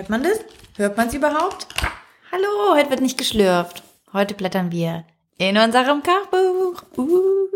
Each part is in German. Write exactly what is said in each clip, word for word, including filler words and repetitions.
Hört man das? Hört man es überhaupt? Hallo, heute wird nicht geschlürft. Heute blättern wir in unserem Kochbuch. Uh.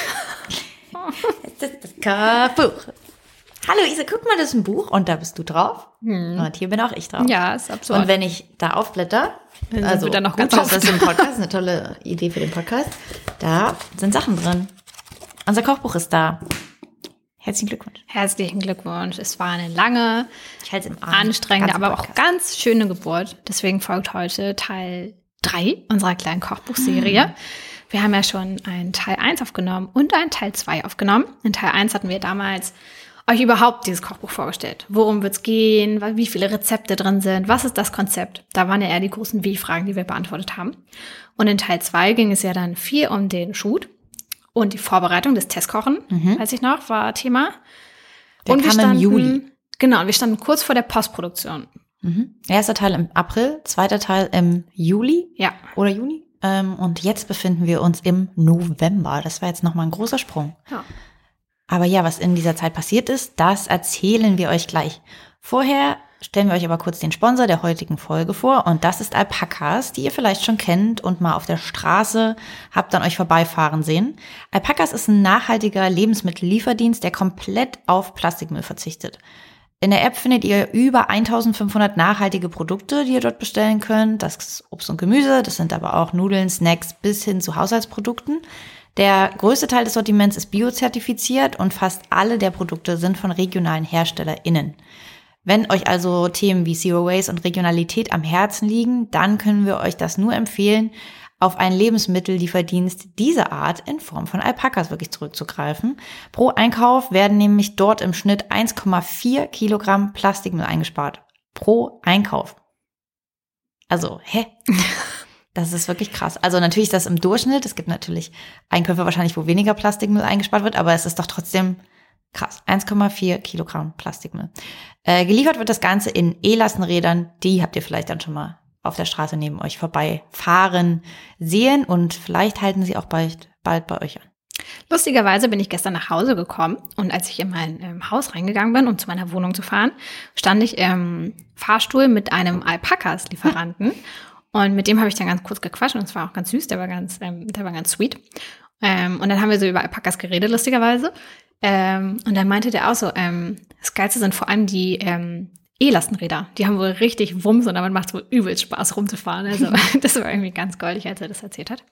Das ist das Kochbuch. Hallo Isa, guck mal, das ist ein Buch und da bist du drauf. Hm. Und hier bin auch ich drauf. Ja, ist absurd. Und wenn ich da aufblätter, also wird da noch gut, ganz das ist ein Podcast, eine tolle Idee für den Podcast. Da sind Sachen drin. Unser Kochbuch ist da. Herzlichen Glückwunsch. Herzlichen Glückwunsch. Es war eine lange, ich halte im Arm. anstrengende, aber auch ganz schöne Geburt. Deswegen folgt heute Teil drei unserer kleinen Kochbuchserie. Hm. Wir haben ja schon einen Teil eins aufgenommen und einen Teil zwei aufgenommen. In Teil eins hatten wir damals euch überhaupt dieses Kochbuch vorgestellt. Worum wird es gehen? Wie viele Rezepte drin sind? Was ist das Konzept? Da waren ja eher die großen Wie-Fragen, die wir beantwortet haben. Und in Teil zwei ging es ja dann viel um den Shoot und die Vorbereitung des Testkochen, mhm. weiß ich noch, war Thema. Der und kam wir standen, im Juli. Genau, wir standen kurz vor der Postproduktion. Mhm. Erster Teil im April, zweiter Teil im Juli. Ja. Oder Juni. Ähm, und jetzt befinden wir uns im November. Das war jetzt nochmal ein großer Sprung. Ja. Aber ja, was in dieser Zeit passiert ist, das erzählen wir euch gleich. Vorher stellen wir euch aber kurz den Sponsor der heutigen Folge vor und das ist Alpakas, die ihr vielleicht schon kennt und mal auf der Straße habt an euch vorbeifahren sehen. Alpakas ist ein nachhaltiger Lebensmittellieferdienst, der komplett auf Plastikmüll verzichtet. In der App findet ihr über eintausendfünfhundert nachhaltige Produkte, die ihr dort bestellen könnt. Das ist Obst und Gemüse, das sind aber auch Nudeln, Snacks bis hin zu Haushaltsprodukten. Der größte Teil des Sortiments ist biozertifiziert und fast alle der Produkte sind von regionalen HerstellerInnen. Wenn euch also Themen wie Zero Waste und Regionalität am Herzen liegen, dann können wir euch das nur empfehlen, auf einen Lebensmittellieferdienst dieser Art in Form von Alpakas wirklich zurückzugreifen. Pro Einkauf werden nämlich dort im Schnitt eins Komma vier Kilogramm Plastikmüll eingespart. Pro Einkauf. Also, hä? Das ist wirklich krass. Also natürlich ist das im Durchschnitt. Es gibt natürlich Einkäufe wahrscheinlich, wo weniger Plastikmüll eingespart wird, aber es ist doch trotzdem krass. eins Komma vier Kilogramm Plastikmüll. Äh, geliefert wird das Ganze in E-Lastenrädern. Die habt ihr vielleicht dann schon mal auf der Straße neben euch vorbeifahren sehen und vielleicht halten sie auch bald, bald bei euch an. Lustigerweise bin ich gestern nach Hause gekommen und als ich in mein ähm, Haus reingegangen bin, um zu meiner Wohnung zu fahren, stand ich im Fahrstuhl mit einem Alpakas-Lieferanten. Und mit dem habe ich dann ganz kurz gequatscht und es war auch ganz süß, der war ganz, ähm, der war ganz sweet. Ähm, und dann haben wir so über Alpakas geredet, lustigerweise. Ähm, und dann meinte der auch so, ähm, das Geilste sind vor allem die ähm, E-Lastenräder. Die haben wohl richtig Wumms und damit macht es wohl übelst Spaß rumzufahren. Also das war irgendwie ganz goldig, als er das erzählt hat.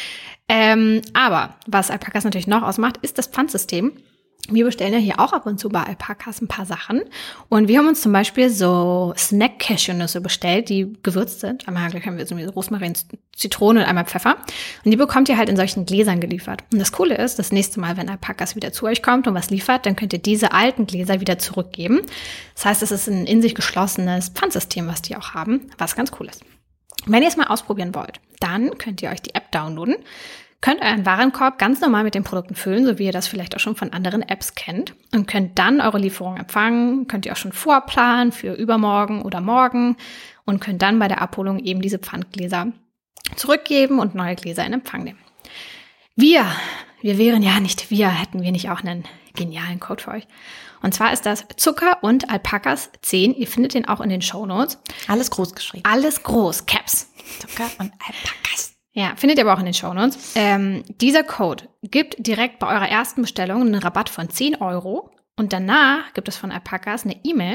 Ähm, aber was Alpakas natürlich noch ausmacht, ist das Pfandsystem. Wir bestellen ja hier auch ab und zu bei Alpakas ein paar Sachen. Und wir haben uns zum Beispiel so Snack-Cashewnüsse bestellt, die gewürzt sind. Einmal haben wir so Rosmarin, Zitrone und einmal Pfeffer. Und die bekommt ihr halt in solchen Gläsern geliefert. Und das Coole ist, das nächste Mal, wenn Alpakas wieder zu euch kommt und was liefert, dann könnt ihr diese alten Gläser wieder zurückgeben. Das heißt, es ist ein in sich geschlossenes Pfandsystem, was die auch haben, was ganz cool ist. Wenn ihr es mal ausprobieren wollt, dann könnt ihr euch die App downloaden. Könnt euren Warenkorb ganz normal mit den Produkten füllen, so wie ihr das vielleicht auch schon von anderen Apps kennt. Und könnt dann eure Lieferung empfangen, könnt ihr auch schon vorplanen für übermorgen oder morgen und könnt dann bei der Abholung eben diese Pfandgläser zurückgeben und neue Gläser in Empfang nehmen. Wir, wir wären ja nicht wir, hätten wir nicht auch einen genialen Code für euch. Und zwar ist das Zucker und Alpakas zehn. Ihr findet den auch in den Shownotes. Alles groß geschrieben. Alles groß, Caps. Zucker und Alpakas. Ja, findet ihr aber auch in den Shownotes. Ähm, dieser Code gibt direkt bei eurer ersten Bestellung einen Rabatt von zehn Euro und danach gibt es von Alpakas eine E-Mail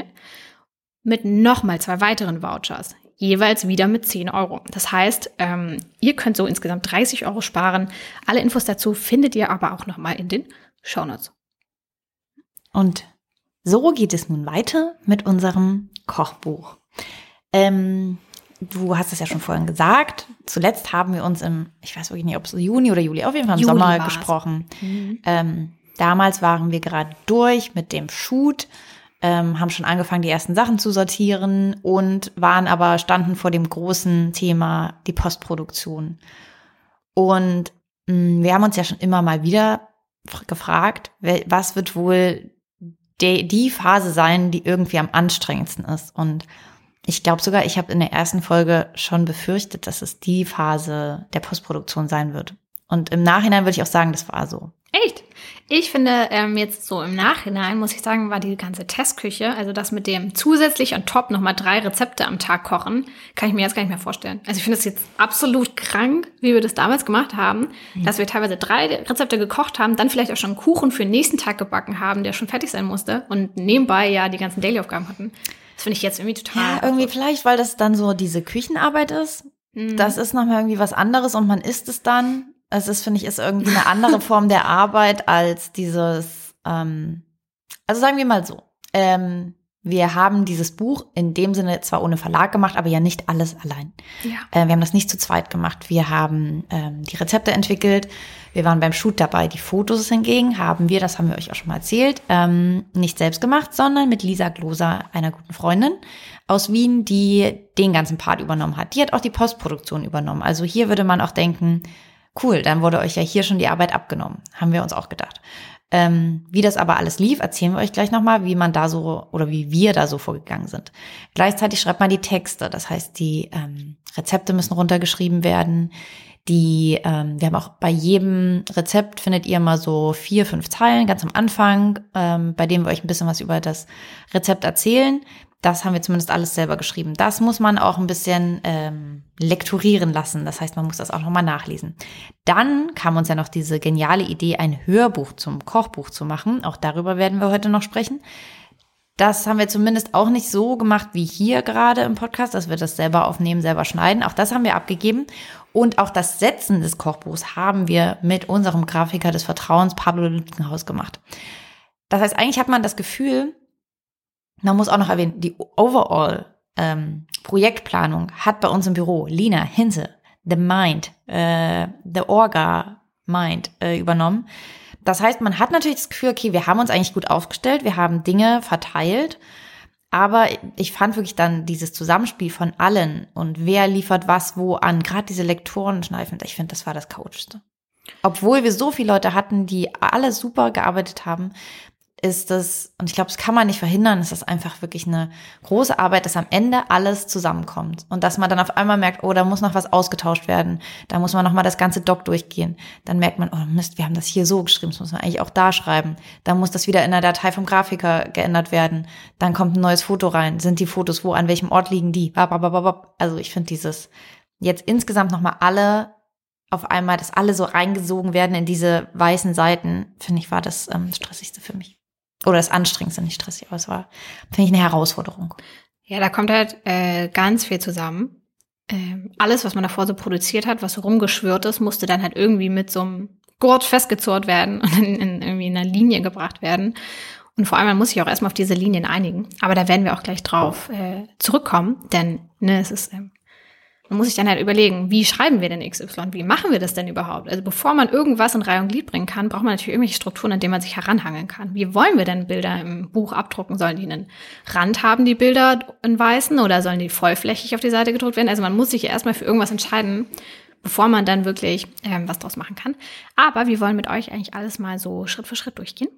mit nochmal zwei weiteren Vouchers, jeweils wieder mit zehn Euro. Das heißt, ähm, ihr könnt so insgesamt dreißig Euro sparen. Alle Infos dazu findet ihr aber auch nochmal in den Shownotes. Und so geht es nun weiter mit unserem Kochbuch. Ähm... Du hast es ja schon vorhin gesagt. Zuletzt haben wir uns im, ich weiß wirklich nicht, ob es Juni oder Juli, auf jeden Fall im Juli Sommer war's. gesprochen. Mhm. Ähm, damals waren wir gerade durch mit dem Shoot, ähm, haben schon angefangen, die ersten Sachen zu sortieren und waren aber, standen vor dem großen Thema, die Postproduktion. Und mh, wir haben uns ja schon immer mal wieder gefragt, was wird wohl de, die Phase sein, die irgendwie am anstrengendsten ist. Und ich glaube sogar, ich habe in der ersten Folge schon befürchtet, dass es die Phase der Postproduktion sein wird. Und im Nachhinein würde ich auch sagen, das war so. Echt? Ich finde ähm, jetzt so im Nachhinein, muss ich sagen, war die ganze Testküche, also das mit dem zusätzlich on top nochmal drei Rezepte am Tag kochen, kann ich mir jetzt gar nicht mehr vorstellen. Also ich finde es jetzt absolut krank, wie wir das damals gemacht haben, mhm. dass wir teilweise drei Rezepte gekocht haben, dann vielleicht auch schon einen Kuchen für den nächsten Tag gebacken haben, der schon fertig sein musste und nebenbei ja die ganzen Daily-Aufgaben hatten. Das finde ich jetzt irgendwie total... Ja, irgendwie absurd. Vielleicht, weil das dann so diese Küchenarbeit ist. Mhm. Das ist nochmal irgendwie was anderes und man isst es dann. Es ist, finde ich, ist irgendwie eine andere Form der Arbeit als dieses, ähm, also sagen wir mal so, ähm, wir haben dieses Buch in dem Sinne zwar ohne Verlag gemacht, aber ja nicht alles allein. Ja. Äh, wir haben das nicht zu zweit gemacht. Wir haben ähm, die Rezepte entwickelt. Wir waren beim Shoot dabei. Die Fotos hingegen haben wir, das haben wir euch auch schon mal erzählt, ähm, nicht selbst gemacht, sondern mit Lisa Gloser, einer guten Freundin aus Wien, die den ganzen Part übernommen hat. Die hat auch die Postproduktion übernommen. Also hier würde man auch denken, cool, dann wurde euch ja hier schon die Arbeit abgenommen. Haben wir uns auch gedacht. Ähm, wie das aber alles lief, erzählen wir euch gleich nochmal, wie man da so oder wie wir da so vorgegangen sind. Gleichzeitig schreibt man die Texte, das heißt, die ähm, Rezepte müssen runtergeschrieben werden. Die, ähm, wir haben auch bei jedem Rezept findet ihr mal so vier, fünf Zeilen ganz am Anfang, ähm, bei dem wir euch ein bisschen was über das Rezept erzählen. Das haben wir zumindest alles selber geschrieben. Das muss man auch ein bisschen ähm, lektorieren lassen. Das heißt, man muss das auch nochmal nachlesen. Dann kam uns ja noch diese geniale Idee, ein Hörbuch zum Kochbuch zu machen. Auch darüber werden wir heute noch sprechen. Das haben wir zumindest auch nicht so gemacht wie hier gerade im Podcast, dass wir das selber aufnehmen, selber schneiden. Auch das haben wir abgegeben. Und auch das Setzen des Kochbuchs haben wir mit unserem Grafiker des Vertrauens, Pablo Lütgenhaus, gemacht. Das heißt, eigentlich hat man das Gefühl, man muss auch noch erwähnen, die Overall ähm, Projektplanung hat bei uns im Büro Lina Hinze, The Mind, äh, The Orga Mind äh, übernommen. Das heißt, man hat natürlich das Gefühl, okay, wir haben uns eigentlich gut aufgestellt, wir haben Dinge verteilt, aber ich fand wirklich dann dieses Zusammenspiel von allen und wer liefert was wo an, gerade diese Lektorenschneifen, ich finde, das war das Chaotischste. Obwohl wir so viele Leute hatten, die alle super gearbeitet haben, ist das, und ich glaube, das kann man nicht verhindern, ist das einfach wirklich eine große Arbeit, dass am Ende alles zusammenkommt. Und dass man dann auf einmal merkt, oh, da muss noch was ausgetauscht werden, da muss man noch mal das ganze Doc durchgehen. Dann merkt man, oh Mist, wir haben das hier so geschrieben, das muss man eigentlich auch da schreiben. Dann muss das wieder in der Datei vom Grafiker geändert werden. Dann kommt ein neues Foto rein. Sind die Fotos wo, an welchem Ort liegen die? Also ich finde dieses, jetzt insgesamt noch mal alle auf einmal, dass alle so reingesogen werden in diese weißen Seiten, finde ich, war das ähm, Stressigste für mich. Oder das Anstrengendste, nicht stressig, aber es war, finde ich, eine Herausforderung. Ja, da kommt halt äh, ganz viel zusammen. Ähm, alles, was man davor so produziert hat, was so rumgeschwirrt ist, musste dann halt irgendwie mit so einem Gurt festgezurrt werden und in, in, irgendwie in einer Linie gebracht werden. Und vor allem, man muss sich auch erstmal auf diese Linien einigen. Aber da werden wir auch gleich drauf äh, zurückkommen, denn ne, es ist... Ähm, Man muss sich dann halt überlegen, wie schreiben wir denn X Y? Wie machen wir das denn überhaupt? Also bevor man irgendwas in Reihe und Glied bringen kann, braucht man natürlich irgendwelche Strukturen, an denen man sich heranhangeln kann. Wie wollen wir denn Bilder im Buch abdrucken? Sollen die einen Rand haben, die Bilder in weißen, oder sollen die vollflächig auf die Seite gedruckt werden? Also man muss sich ja erstmal für irgendwas entscheiden, bevor man dann wirklich ähm, was draus machen kann. Aber wir wollen mit euch eigentlich alles mal so Schritt für Schritt durchgehen.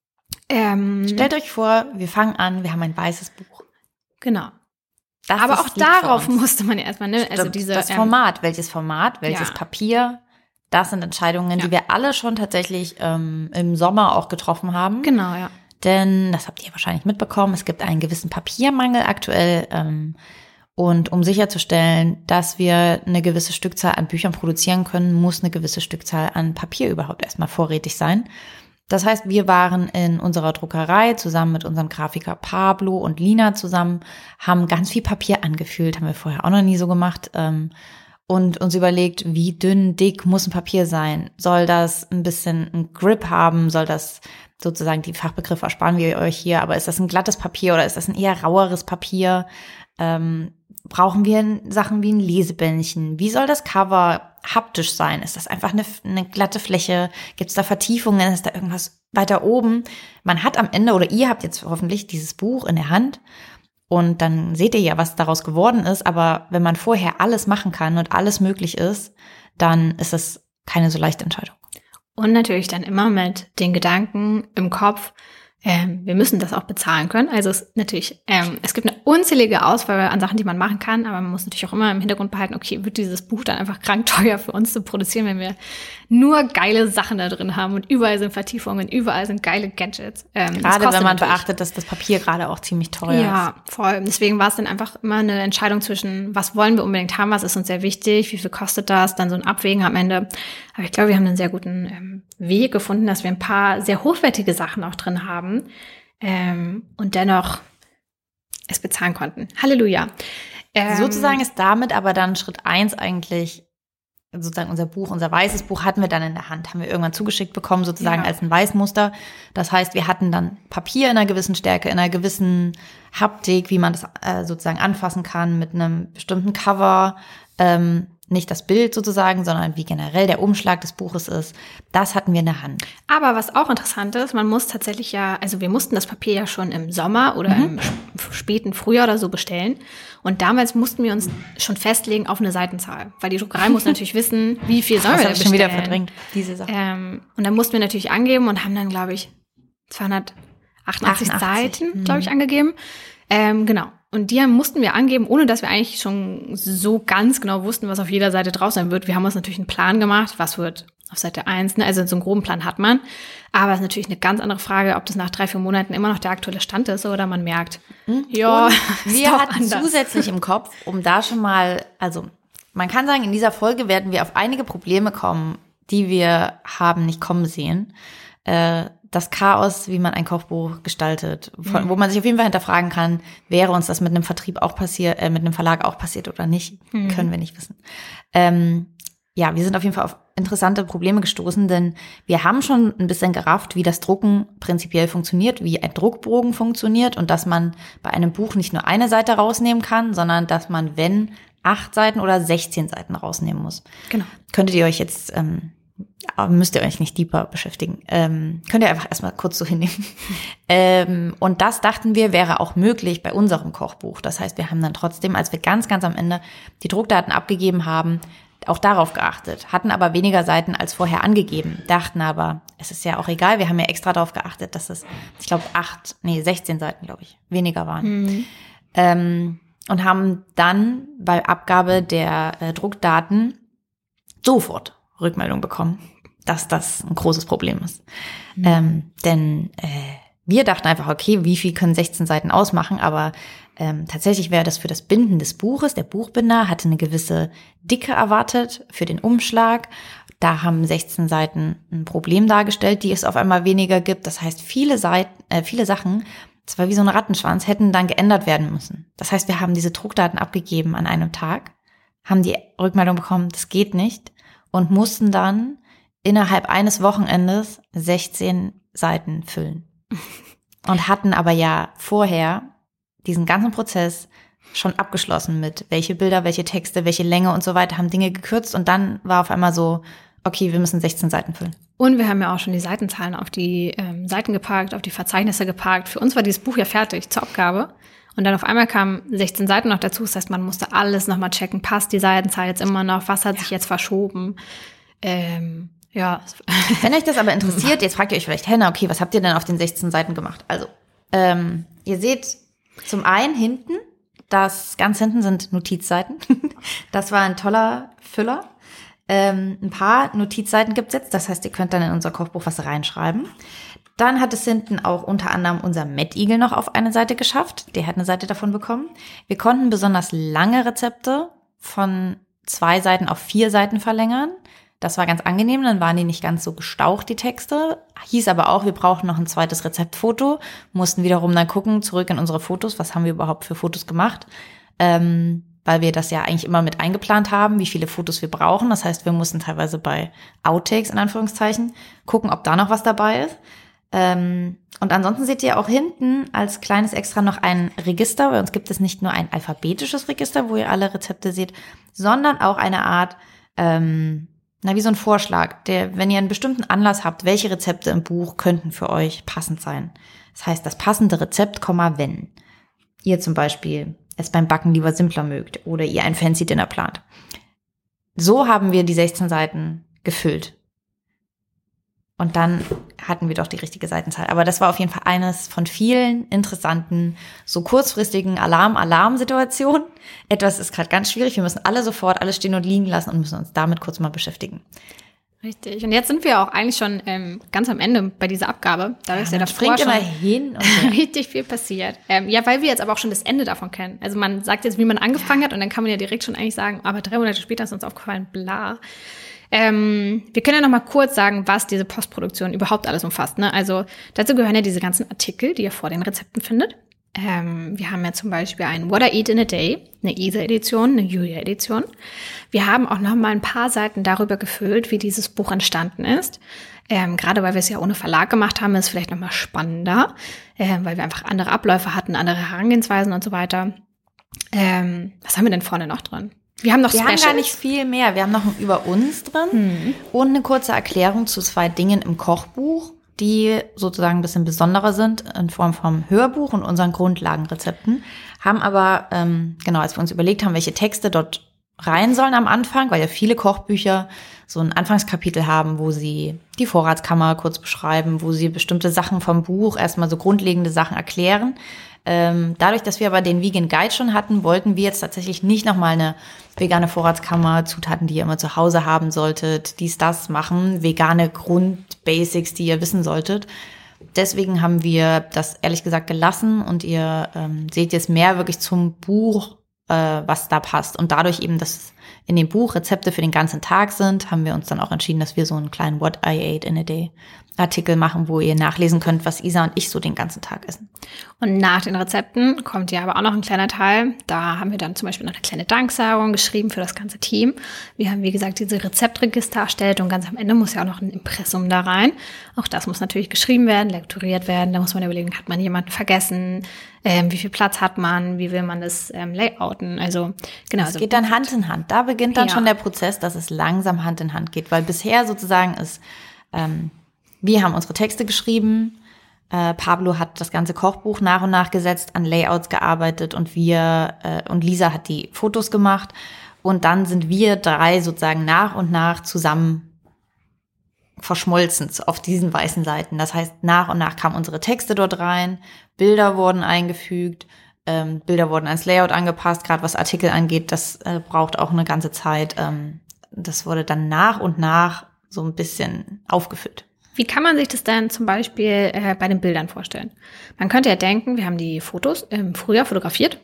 Ähm, Stellt euch vor, wir fangen an, wir haben ein weißes Buch. Genau. Das aber auch darauf musste man ja erstmal, ne? Also diese, das Format, welches Format, welches ja. Papier, das sind Entscheidungen, ja. die wir alle schon tatsächlich ähm, im Sommer auch getroffen haben. Genau, ja. Denn, das habt ihr wahrscheinlich mitbekommen, es gibt einen gewissen Papiermangel aktuell. Ähm, und um sicherzustellen, dass wir eine gewisse Stückzahl an Büchern produzieren können, muss eine gewisse Stückzahl an Papier überhaupt erstmal vorrätig sein. Das heißt, wir waren in unserer Druckerei zusammen mit unserem Grafiker Pablo und Lina zusammen, haben ganz viel Papier angefüllt, haben wir vorher auch noch nie so gemacht, ähm, und uns überlegt, wie dünn, dick muss ein Papier sein? Soll das ein bisschen einen Grip haben? Soll das sozusagen, die Fachbegriffe ersparen wir euch hier, aber ist das ein glattes Papier oder ist das ein eher raueres Papier? Ähm, brauchen wir Sachen wie ein Lesebändchen? Wie soll das Cover haptisch sein? Ist das einfach eine, eine glatte Fläche? Gibt es da Vertiefungen? Ist da irgendwas weiter oben? Man hat am Ende, oder ihr habt jetzt hoffentlich dieses Buch in der Hand und dann seht ihr ja, was daraus geworden ist. Aber wenn man vorher alles machen kann und alles möglich ist, dann ist das keine so leichte Entscheidung. Und natürlich dann immer mit den Gedanken im Kopf, Ähm, wir müssen das auch bezahlen können. Also es natürlich, ähm, es gibt eine unzählige Auswahl an Sachen, die man machen kann, aber man muss natürlich auch immer im Hintergrund behalten, okay, wird dieses Buch dann einfach krank teuer für uns zu produzieren, wenn wir nur geile Sachen da drin haben und überall sind Vertiefungen, überall sind geile Gadgets. Ähm, gerade wenn man beachtet, dass das Papier gerade auch ziemlich teuer ist. Ja, voll. Deswegen war es dann einfach immer eine Entscheidung zwischen, was wollen wir unbedingt haben, was ist uns sehr wichtig, wie viel kostet das, dann so ein Abwägen am Ende. Aber ich glaube, wir haben einen sehr guten ähm, Weg gefunden, dass wir ein paar sehr hochwertige Sachen auch drin haben ähm, und dennoch es bezahlen konnten. Halleluja. Ähm, Sozusagen ist damit aber dann Schritt eins eigentlich, sozusagen unser Buch, unser weißes Buch hatten wir dann in der Hand, haben wir irgendwann zugeschickt bekommen, sozusagen ja. als ein Weißmuster. Das heißt, wir hatten dann Papier in einer gewissen Stärke, in einer gewissen Haptik, wie man das äh, sozusagen anfassen kann, mit einem bestimmten Cover, ähm, nicht das Bild sozusagen, sondern wie generell der Umschlag des Buches ist. Das hatten wir in der Hand. Aber was auch interessant ist, man muss tatsächlich ja, also wir mussten das Papier ja schon im Sommer oder mhm. im späten Frühjahr oder so bestellen. Und damals mussten wir uns schon festlegen auf eine Seitenzahl. Weil die Druckerei muss natürlich wissen, wie viel sollen wir denn bestellen. Das habe ich schon wieder verdrängt, diese Sache. Ähm, und dann mussten wir natürlich angeben und haben dann, glaube ich, zweihundertachtundachtzig Seiten, glaube ich, angegeben. Ähm, genau. Und die mussten wir angeben, ohne dass wir eigentlich schon so ganz genau wussten, was auf jeder Seite drauf sein wird. Wir haben uns natürlich einen Plan gemacht, was wird auf Seite eins, ne? Also so einen groben Plan hat man. Aber es ist natürlich eine ganz andere Frage, ob das nach drei, vier Monaten immer noch der aktuelle Stand ist oder man merkt, mhm. ja, wir hatten anders. Zusätzlich im Kopf, um da schon mal, also man kann sagen, in dieser Folge werden wir auf einige Probleme kommen, die wir haben nicht kommen sehen. Äh, das Chaos, wie man ein Kochbuch gestaltet, von, mhm. wo man sich auf jeden Fall hinterfragen kann, wäre uns das mit einem Vertrieb auch passiert, äh, mit einem Verlag auch passiert oder nicht, mhm. können wir nicht wissen. Ähm, ja, wir sind auf jeden Fall auf interessante Probleme gestoßen, denn wir haben schon ein bisschen gerafft, wie das Drucken prinzipiell funktioniert, wie ein Druckbogen funktioniert und dass man bei einem Buch nicht nur eine Seite rausnehmen kann, sondern dass man, wenn, acht Seiten oder sechzehn Seiten rausnehmen muss. Genau. Könntet ihr euch jetzt ähm, aber müsst ihr euch nicht deeper beschäftigen. Ähm, könnt ihr einfach erstmal kurz so hinnehmen. ähm, und das dachten wir, wäre auch möglich bei unserem Kochbuch. Das heißt, wir haben dann trotzdem, als wir ganz, ganz am Ende die Druckdaten abgegeben haben, auch darauf geachtet, hatten aber weniger Seiten als vorher angegeben, dachten aber, es ist ja auch egal, wir haben ja extra darauf geachtet, dass es, ich glaube, acht, nee, sechzehn Seiten, glaube ich, weniger waren. Mhm. Ähm, und haben dann bei Abgabe der äh, Druckdaten sofort Rückmeldung bekommen, dass das ein großes Problem ist. Mhm. Ähm, denn äh, wir dachten einfach, okay, wie viel können sechzehn Seiten ausmachen, aber ähm, tatsächlich wäre das für das Binden des Buches, der Buchbinder hatte eine gewisse Dicke erwartet für den Umschlag. Da haben sechzehn Seiten ein Problem dargestellt, die es auf einmal weniger gibt. Das heißt, viele Seiten, äh, viele Sachen, das war wie so ein Rattenschwanz, hätten dann geändert werden müssen. Das heißt, wir haben diese Druckdaten abgegeben an einem Tag, haben die Rückmeldung bekommen, das geht nicht, und mussten dann innerhalb eines Wochenendes sechzehn Seiten füllen. Und hatten aber ja vorher diesen ganzen Prozess schon abgeschlossen mit welche Bilder, welche Texte, welche Länge und so weiter, haben Dinge gekürzt und dann war auf einmal so, okay, wir müssen sechzehn Seiten füllen. Und wir haben ja auch schon die Seitenzahlen auf die ähm, Seiten geparkt, auf die Verzeichnisse geparkt. Für uns war dieses Buch ja fertig zur Abgabe. Und dann auf einmal kamen sechzehn Seiten noch dazu. Das heißt, man musste alles nochmal checken. Passt die Seitenzahl jetzt immer noch? Was hat ja. sich jetzt verschoben? Ähm, ja. Wenn euch das aber interessiert, jetzt fragt ihr euch vielleicht, Henna, okay, was habt ihr denn auf den sechzehn Seiten gemacht? Also, ähm, ihr seht zum einen hinten, das ganz hinten sind Notizseiten. Das war ein toller Füller. Ähm, ein paar Notizseiten gibt's jetzt. Das heißt, ihr könnt dann in unser Kochbuch was reinschreiben. Dann hat es hinten auch unter anderem unser Mettigel noch auf eine Seite geschafft. Der hat eine Seite davon bekommen. Wir konnten besonders lange Rezepte von zwei Seiten auf vier Seiten verlängern. Das war ganz angenehm, dann waren die nicht ganz so gestaucht, die Texte. Hieß aber auch, wir brauchen noch ein zweites Rezeptfoto. Mussten wiederum dann gucken, zurück in unsere Fotos. Was haben wir überhaupt für Fotos gemacht? Ähm, weil wir das ja eigentlich immer mit eingeplant haben, wie viele Fotos wir brauchen. Das heißt, wir mussten teilweise bei Outtakes, in Anführungszeichen, gucken, ob da noch was dabei ist. Ähm, und ansonsten seht ihr auch hinten als kleines Extra noch ein Register. Bei uns gibt es nicht nur ein alphabetisches Register, wo ihr alle Rezepte seht, sondern auch eine Art, ähm, na, wie so ein Vorschlag, der, wenn ihr einen bestimmten Anlass habt, welche Rezepte im Buch könnten für euch passend sein. Das heißt, das passende Rezept, wenn ihr zum Beispiel es beim Backen lieber simpler mögt oder ihr ein Fancy Dinner plant. So haben wir die sechzehn Seiten gefüllt. Und dann hatten wir doch die richtige Seitenzahl. Aber das war auf jeden Fall eines von vielen interessanten, so kurzfristigen Alarm-Alarm-Situationen. Etwas ist gerade ganz schwierig. Wir müssen alle sofort alles stehen und liegen lassen und müssen uns damit kurz mal beschäftigen. Richtig. Und jetzt sind wir auch eigentlich schon ähm, ganz am Ende bei dieser Abgabe. Da ist ja, ja davor schon hin und richtig viel passiert. Ähm, ja, weil wir jetzt aber auch schon das Ende davon kennen. Also man sagt jetzt, wie man angefangen hat und dann kann man ja direkt schon eigentlich sagen, aber drei Monate später ist uns aufgefallen, bla. Ähm, wir können ja noch mal kurz sagen, was diese Postproduktion überhaupt alles umfasst. Ne? Also dazu gehören ja diese ganzen Artikel, die ihr vor den Rezepten findet. Ähm, wir haben ja zum Beispiel ein What I Eat in a Day, eine Isa-Edition, eine Julia-Edition. Wir haben auch noch mal ein paar Seiten darüber gefüllt, wie dieses Buch entstanden ist. Ähm, gerade weil wir es ja ohne Verlag gemacht haben, ist es vielleicht noch mal spannender, äh, weil wir einfach andere Abläufe hatten, andere Herangehensweisen und so weiter. Ähm, was haben wir denn vorne noch drin? Wir haben noch Wir Specials. haben gar nicht viel mehr. Wir haben noch ein Über uns drin mhm. und eine kurze Erklärung zu zwei Dingen im Kochbuch, die sozusagen ein bisschen besonderer sind in Form vom Hörbuch und unseren Grundlagenrezepten. Haben aber, ähm, genau, als wir uns überlegt haben, welche Texte dort rein sollen am Anfang, weil ja viele Kochbücher so ein Anfangskapitel haben, wo sie die Vorratskammer kurz beschreiben, wo sie bestimmte Sachen vom Buch, erstmal so grundlegende Sachen erklären. Ähm, dadurch, dass wir aber den Vegan Guide schon hatten, wollten wir jetzt tatsächlich nicht nochmal eine vegane Vorratskammer, Zutaten, die ihr immer zu Hause haben solltet, dies, das machen, vegane Grundbasics, die ihr wissen solltet. Deswegen haben wir das ehrlich gesagt gelassen und ihr ähm, seht jetzt mehr wirklich zum Buch, äh, was da passt. Und dadurch eben, dass in dem Buch Rezepte für den ganzen Tag sind, haben wir uns dann auch entschieden, dass wir so einen kleinen What I Ate in a Day Artikel machen, wo ihr nachlesen könnt, was Isa und ich so den ganzen Tag essen. Und nach den Rezepten kommt ja aber auch noch ein kleiner Teil. Da haben wir dann zum Beispiel noch eine kleine Danksagung geschrieben für das ganze Team. Wir haben, wie gesagt, diese Rezeptregister erstellt und ganz am Ende muss ja auch noch ein Impressum da rein. Auch das muss natürlich geschrieben werden, lektoriert werden. Da muss man überlegen, hat man jemanden vergessen? Ähm, wie viel Platz hat man? Wie will man das ähm, layouten? Also genau. Es also, geht dann Hand in Hand. Da beginnt dann ja. schon der Prozess, dass es langsam Hand in Hand geht. Weil bisher sozusagen ist, ähm, wir haben unsere Texte geschrieben, äh, Pablo hat das ganze Kochbuch nach und nach gesetzt, an Layouts gearbeitet und wir äh, und Lisa hat die Fotos gemacht und dann sind wir drei sozusagen nach und nach zusammen verschmolzen auf diesen weißen Seiten. Das heißt, nach und nach kamen unsere Texte dort rein, Bilder wurden eingefügt, ähm, Bilder wurden ans Layout angepasst, gerade was Artikel angeht, das äh, braucht auch eine ganze Zeit. Ähm, das wurde dann nach und nach so ein bisschen aufgefüllt. Wie kann man sich das denn zum Beispiel äh, bei den Bildern vorstellen? Man könnte ja denken, wir haben die Fotos im Frühjahr fotografiert,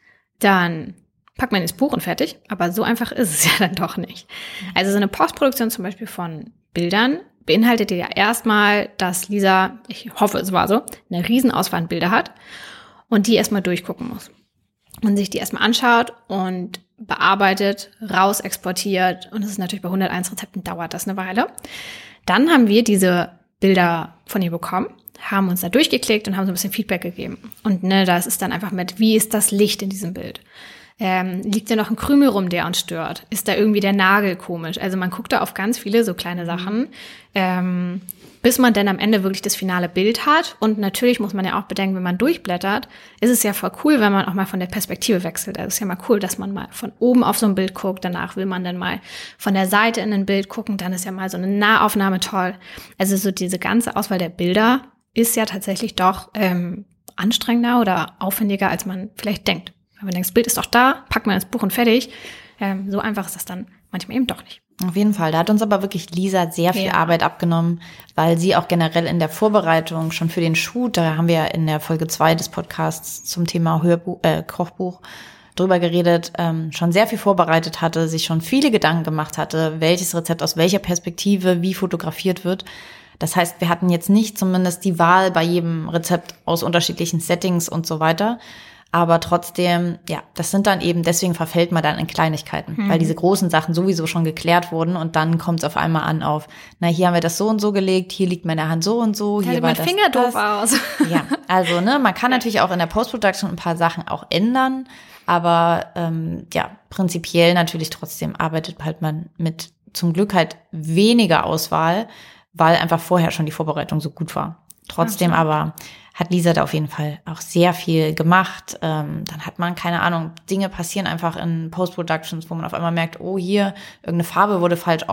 dann packt man ins Buch und fertig, aber so einfach ist es ja dann doch nicht. Also so eine Postproduktion zum Beispiel von Bildern beinhaltet ja erstmal, dass Lisa, ich hoffe es war so, eine Riesenauswahl an Bilder hat und die erstmal durchgucken muss. Und sich die erstmal anschaut und bearbeitet, raus exportiert und das ist natürlich bei hunderteins Rezepten dauert das eine Weile. Dann haben wir diese Bilder von ihr bekommen, haben uns da durchgeklickt und haben so ein bisschen Feedback gegeben. Und ne, das ist dann einfach mit, wie ist das Licht in diesem Bild? Ähm, liegt da noch ein Krümel rum, der uns stört? Ist da irgendwie der Nagel komisch? Also man guckt da auf ganz viele so kleine Sachen, ähm, bis man dann am Ende wirklich das finale Bild hat. Und natürlich muss man ja auch bedenken, wenn man durchblättert, ist es ja voll cool, wenn man auch mal von der Perspektive wechselt. Also es ist ja mal cool, dass man mal von oben auf so ein Bild guckt. Danach will man dann mal von der Seite in ein Bild gucken. Dann ist ja mal so eine Nahaufnahme toll. Also so diese ganze Auswahl der Bilder ist ja tatsächlich doch ähm, anstrengender oder aufwendiger, als man vielleicht denkt. Wenn man denkt, das Bild ist doch da, packt man ins Buch und fertig. Ähm, so einfach ist das dann manchmal eben doch nicht. Auf jeden Fall. Da hat uns aber wirklich Lisa sehr viel ja. Arbeit abgenommen, weil sie auch generell in der Vorbereitung schon für den Shoot, da haben wir ja in der Folge zwei des Podcasts zum Thema Hörbuch, äh, Kochbuch drüber geredet, ähm, schon sehr viel vorbereitet hatte, sich schon viele Gedanken gemacht hatte, welches Rezept aus welcher Perspektive wie fotografiert wird. Das heißt, wir hatten jetzt nicht zumindest die Wahl bei jedem Rezept aus unterschiedlichen Settings und so weiter. Aber trotzdem, ja, das sind dann eben, deswegen verfällt man dann in Kleinigkeiten, mhm. weil diese großen Sachen sowieso schon geklärt wurden und dann kommt es auf einmal an auf, na, hier haben wir das so und so gelegt, hier liegt meine Hand so und so, da hier war mein das Finger das. doof aus. Ja, also, ne, man kann natürlich auch in der Post-Production ein paar Sachen auch ändern, aber ähm, ja, prinzipiell natürlich trotzdem arbeitet halt man mit zum Glück halt weniger Auswahl, weil einfach vorher schon die Vorbereitung so gut war. Trotzdem okay. aber hat Lisa da auf jeden Fall auch sehr viel gemacht. Ähm, dann hat man, keine Ahnung, Dinge passieren einfach in Post-Productions, wo man auf einmal merkt, oh, hier, irgendeine Farbe wurde falsch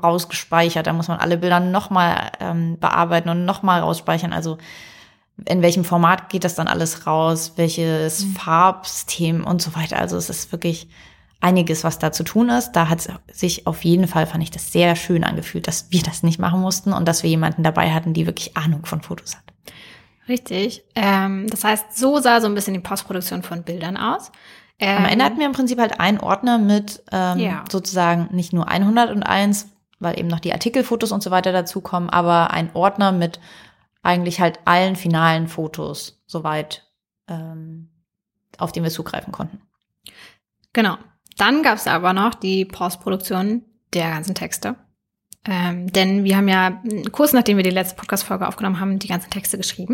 rausgespeichert. Da muss man alle Bilder nochmal ähm, bearbeiten und nochmal rausspeichern. Also in welchem Format geht das dann alles raus, welches mhm. Farbsystem und so weiter. Also es ist wirklich einiges, was da zu tun ist. Da hat es sich auf jeden Fall, fand ich das sehr schön angefühlt, dass wir das nicht machen mussten und dass wir jemanden dabei hatten, die wirklich Ahnung von Fotos hat. Richtig. Ähm, das heißt, so sah so ein bisschen die Postproduktion von Bildern aus. Ähm, Am Ende hatten wir im Prinzip halt einen Ordner mit ähm, ja. sozusagen nicht nur hunderteins, weil eben noch die Artikelfotos und so weiter dazukommen, aber ein Ordner mit eigentlich halt allen finalen Fotos soweit, ähm, auf den wir zugreifen konnten. Genau. Dann gab es aber noch die Postproduktion der ganzen Texte. Ähm, denn wir haben ja kurz nachdem wir die letzte Podcast-Folge aufgenommen haben, die ganzen Texte geschrieben.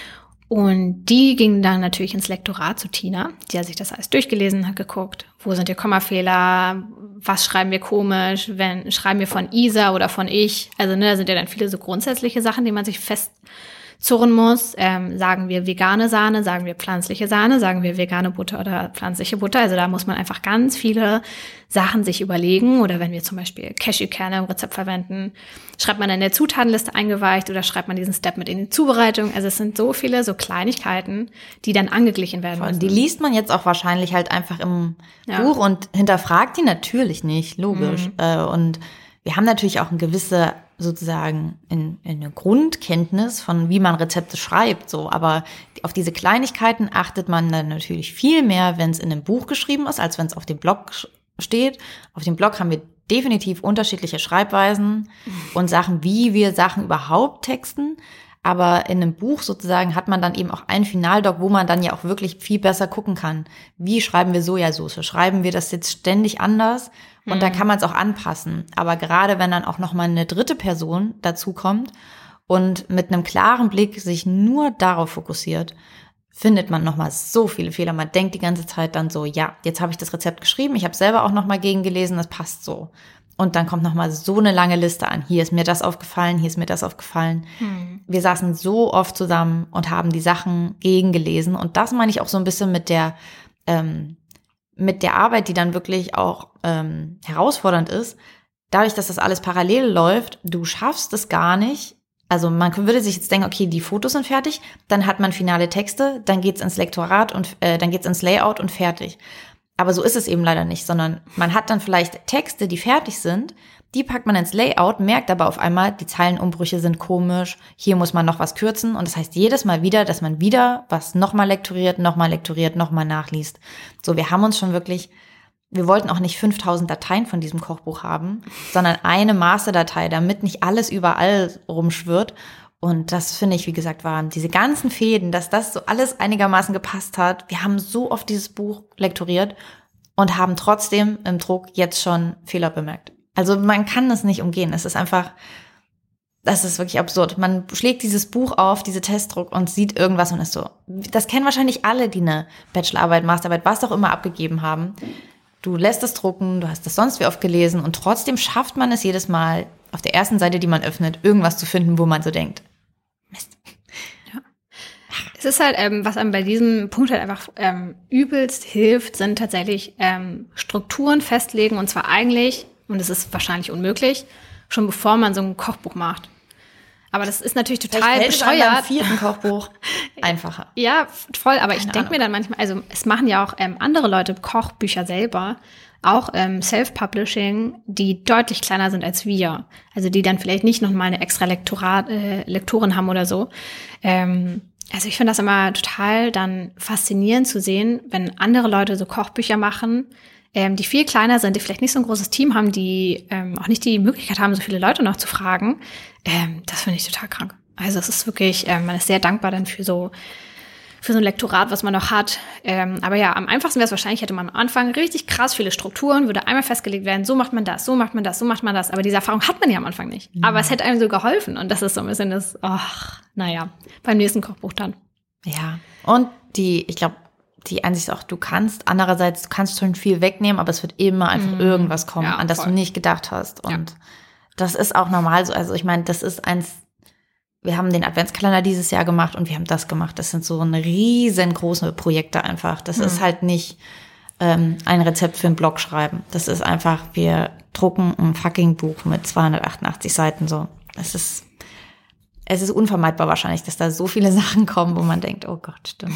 Und die gingen dann natürlich ins Lektorat zu Tina. Die hat sich das alles durchgelesen, hat geguckt, wo sind die Kommafehler, was schreiben wir komisch, wenn schreiben wir von Isa oder von ich. Also ne, da sind ja dann viele so grundsätzliche Sachen, die man sich festzurren muss. Ähm, sagen wir vegane Sahne, sagen wir pflanzliche Sahne, sagen wir vegane Butter oder pflanzliche Butter. Also da muss man einfach ganz viele Sachen sich überlegen. Oder wenn wir zum Beispiel Cashewkerne im Rezept verwenden, schreibt man in der Zutatenliste eingeweicht oder schreibt man diesen Step mit in die Zubereitung. Also es sind so viele so Kleinigkeiten, die dann angeglichen werden müssen. Die liest man jetzt auch wahrscheinlich halt einfach im ja. Buch und hinterfragt die natürlich nicht, logisch. Mhm. Äh, und wir haben natürlich auch eine gewisse sozusagen in, in eine Grundkenntnis von, wie man Rezepte schreibt, so. Aber auf diese Kleinigkeiten achtet man dann natürlich viel mehr, wenn es in einem Buch geschrieben ist, als wenn es auf dem Blog steht. Auf dem Blog haben wir definitiv unterschiedliche Schreibweisen mhm. und Sachen, wie wir Sachen überhaupt texten. Aber in einem Buch sozusagen hat man dann eben auch einen Finaldoc, wo man dann ja auch wirklich viel besser gucken kann. Wie schreiben wir Sojasauce? Schreiben wir das jetzt ständig anders? Und mhm. dann kann man es auch anpassen. Aber gerade wenn dann auch noch mal eine dritte Person dazu kommt und mit einem klaren Blick sich nur darauf fokussiert, findet man noch mal so viele Fehler. Man denkt die ganze Zeit dann so, ja, jetzt habe ich das Rezept geschrieben, ich habe selber auch noch mal gegengelesen, das passt so. Und dann kommt noch mal so eine lange Liste an. Hier ist mir das aufgefallen, hier ist mir das aufgefallen. Hm. Wir saßen so oft zusammen und haben die Sachen gegengelesen. Und das meine ich auch so ein bisschen mit der ähm, mit der Arbeit, die dann wirklich auch ähm, herausfordernd ist. Dadurch, dass das alles parallel läuft, du schaffst es gar nicht. Also man würde sich jetzt denken, okay, die Fotos sind fertig, dann hat man finale Texte, dann geht's ins Lektorat und äh, dann geht's ins Layout und fertig. Aber so ist es eben leider nicht, sondern man hat dann vielleicht Texte, die fertig sind, die packt man ins Layout, merkt aber auf einmal, die Zeilenumbrüche sind komisch, hier muss man noch was kürzen und das heißt jedes Mal wieder, dass man wieder was nochmal lektoriert, nochmal lektoriert, nochmal nachliest. So, wir haben uns schon wirklich, wir wollten auch nicht fünftausend Dateien von diesem Kochbuch haben, sondern eine Masterdatei, damit nicht alles überall rumschwirrt. Und das finde ich, wie gesagt, waren diese ganzen Fäden, dass das so alles einigermaßen gepasst hat. Wir haben so oft dieses Buch lektoriert und haben trotzdem im Druck jetzt schon Fehler bemerkt. Also man kann das nicht umgehen. Es ist einfach, das ist wirklich absurd. Man schlägt dieses Buch auf, diese Testdruck und sieht irgendwas und ist so. Das kennen wahrscheinlich alle, die eine Bachelorarbeit, Masterarbeit, was auch immer abgegeben haben. Du lässt es drucken, du hast das sonst wie oft gelesen und trotzdem schafft man es jedes Mal, auf der ersten Seite, die man öffnet, irgendwas zu finden, wo man so denkt, Mist. Ja. Es ist halt, ähm, was einem bei diesem Punkt halt einfach ähm, übelst hilft, sind tatsächlich ähm, Strukturen festlegen und zwar eigentlich, und es ist wahrscheinlich unmöglich, schon bevor man so ein Kochbuch macht. Aber das ist natürlich total bescheuert. Beim vierten Kochbuch einfacher. Ja, voll, aber Keine ich denke mir dann manchmal, also es machen ja auch ähm, andere Leute Kochbücher selber, auch ähm, Self-Publishing, die deutlich kleiner sind als wir. Also die dann vielleicht nicht noch mal eine extra Lektorat, äh, Lektorin haben oder so. Ähm, also ich finde das immer total dann faszinierend zu sehen, wenn andere Leute so Kochbücher machen, ähm, die viel kleiner sind, die vielleicht nicht so ein großes Team haben, die ähm, auch nicht die Möglichkeit haben, so viele Leute noch zu fragen. Ähm, das finde ich total krank. Also es ist wirklich, ähm, man ist sehr dankbar dann für so für so ein Lektorat, was man noch hat. Ähm, aber ja, am einfachsten wäre es wahrscheinlich, hätte man am Anfang richtig krass viele Strukturen, würde einmal festgelegt werden, so macht man das, so macht man das, so macht man das. Aber diese Erfahrung hat man ja am Anfang nicht. Mhm. Aber es hätte einem so geholfen. Und das ist so ein bisschen das, ach, naja, beim nächsten Kochbuch dann. Ja, und die, ich glaube, die Ansicht auch, du kannst, andererseits, du kannst schon viel wegnehmen, aber es wird immer einfach mhm. irgendwas kommen, ja, an das voll. Du nicht gedacht hast. Und ja. das ist auch normal so. Also ich meine, das ist eins, wir haben den Adventskalender dieses Jahr gemacht und wir haben das gemacht. Das sind so eine riesengroße Projekte einfach. Das mhm. ist halt nicht ähm, ein Rezept für einen Blog schreiben. Das ist einfach, wir drucken ein fucking Buch mit zweihundertachtundachtzig Seiten so. Es ist, es ist unvermeidbar wahrscheinlich, dass da so viele Sachen kommen, wo man denkt, oh Gott, stimmt.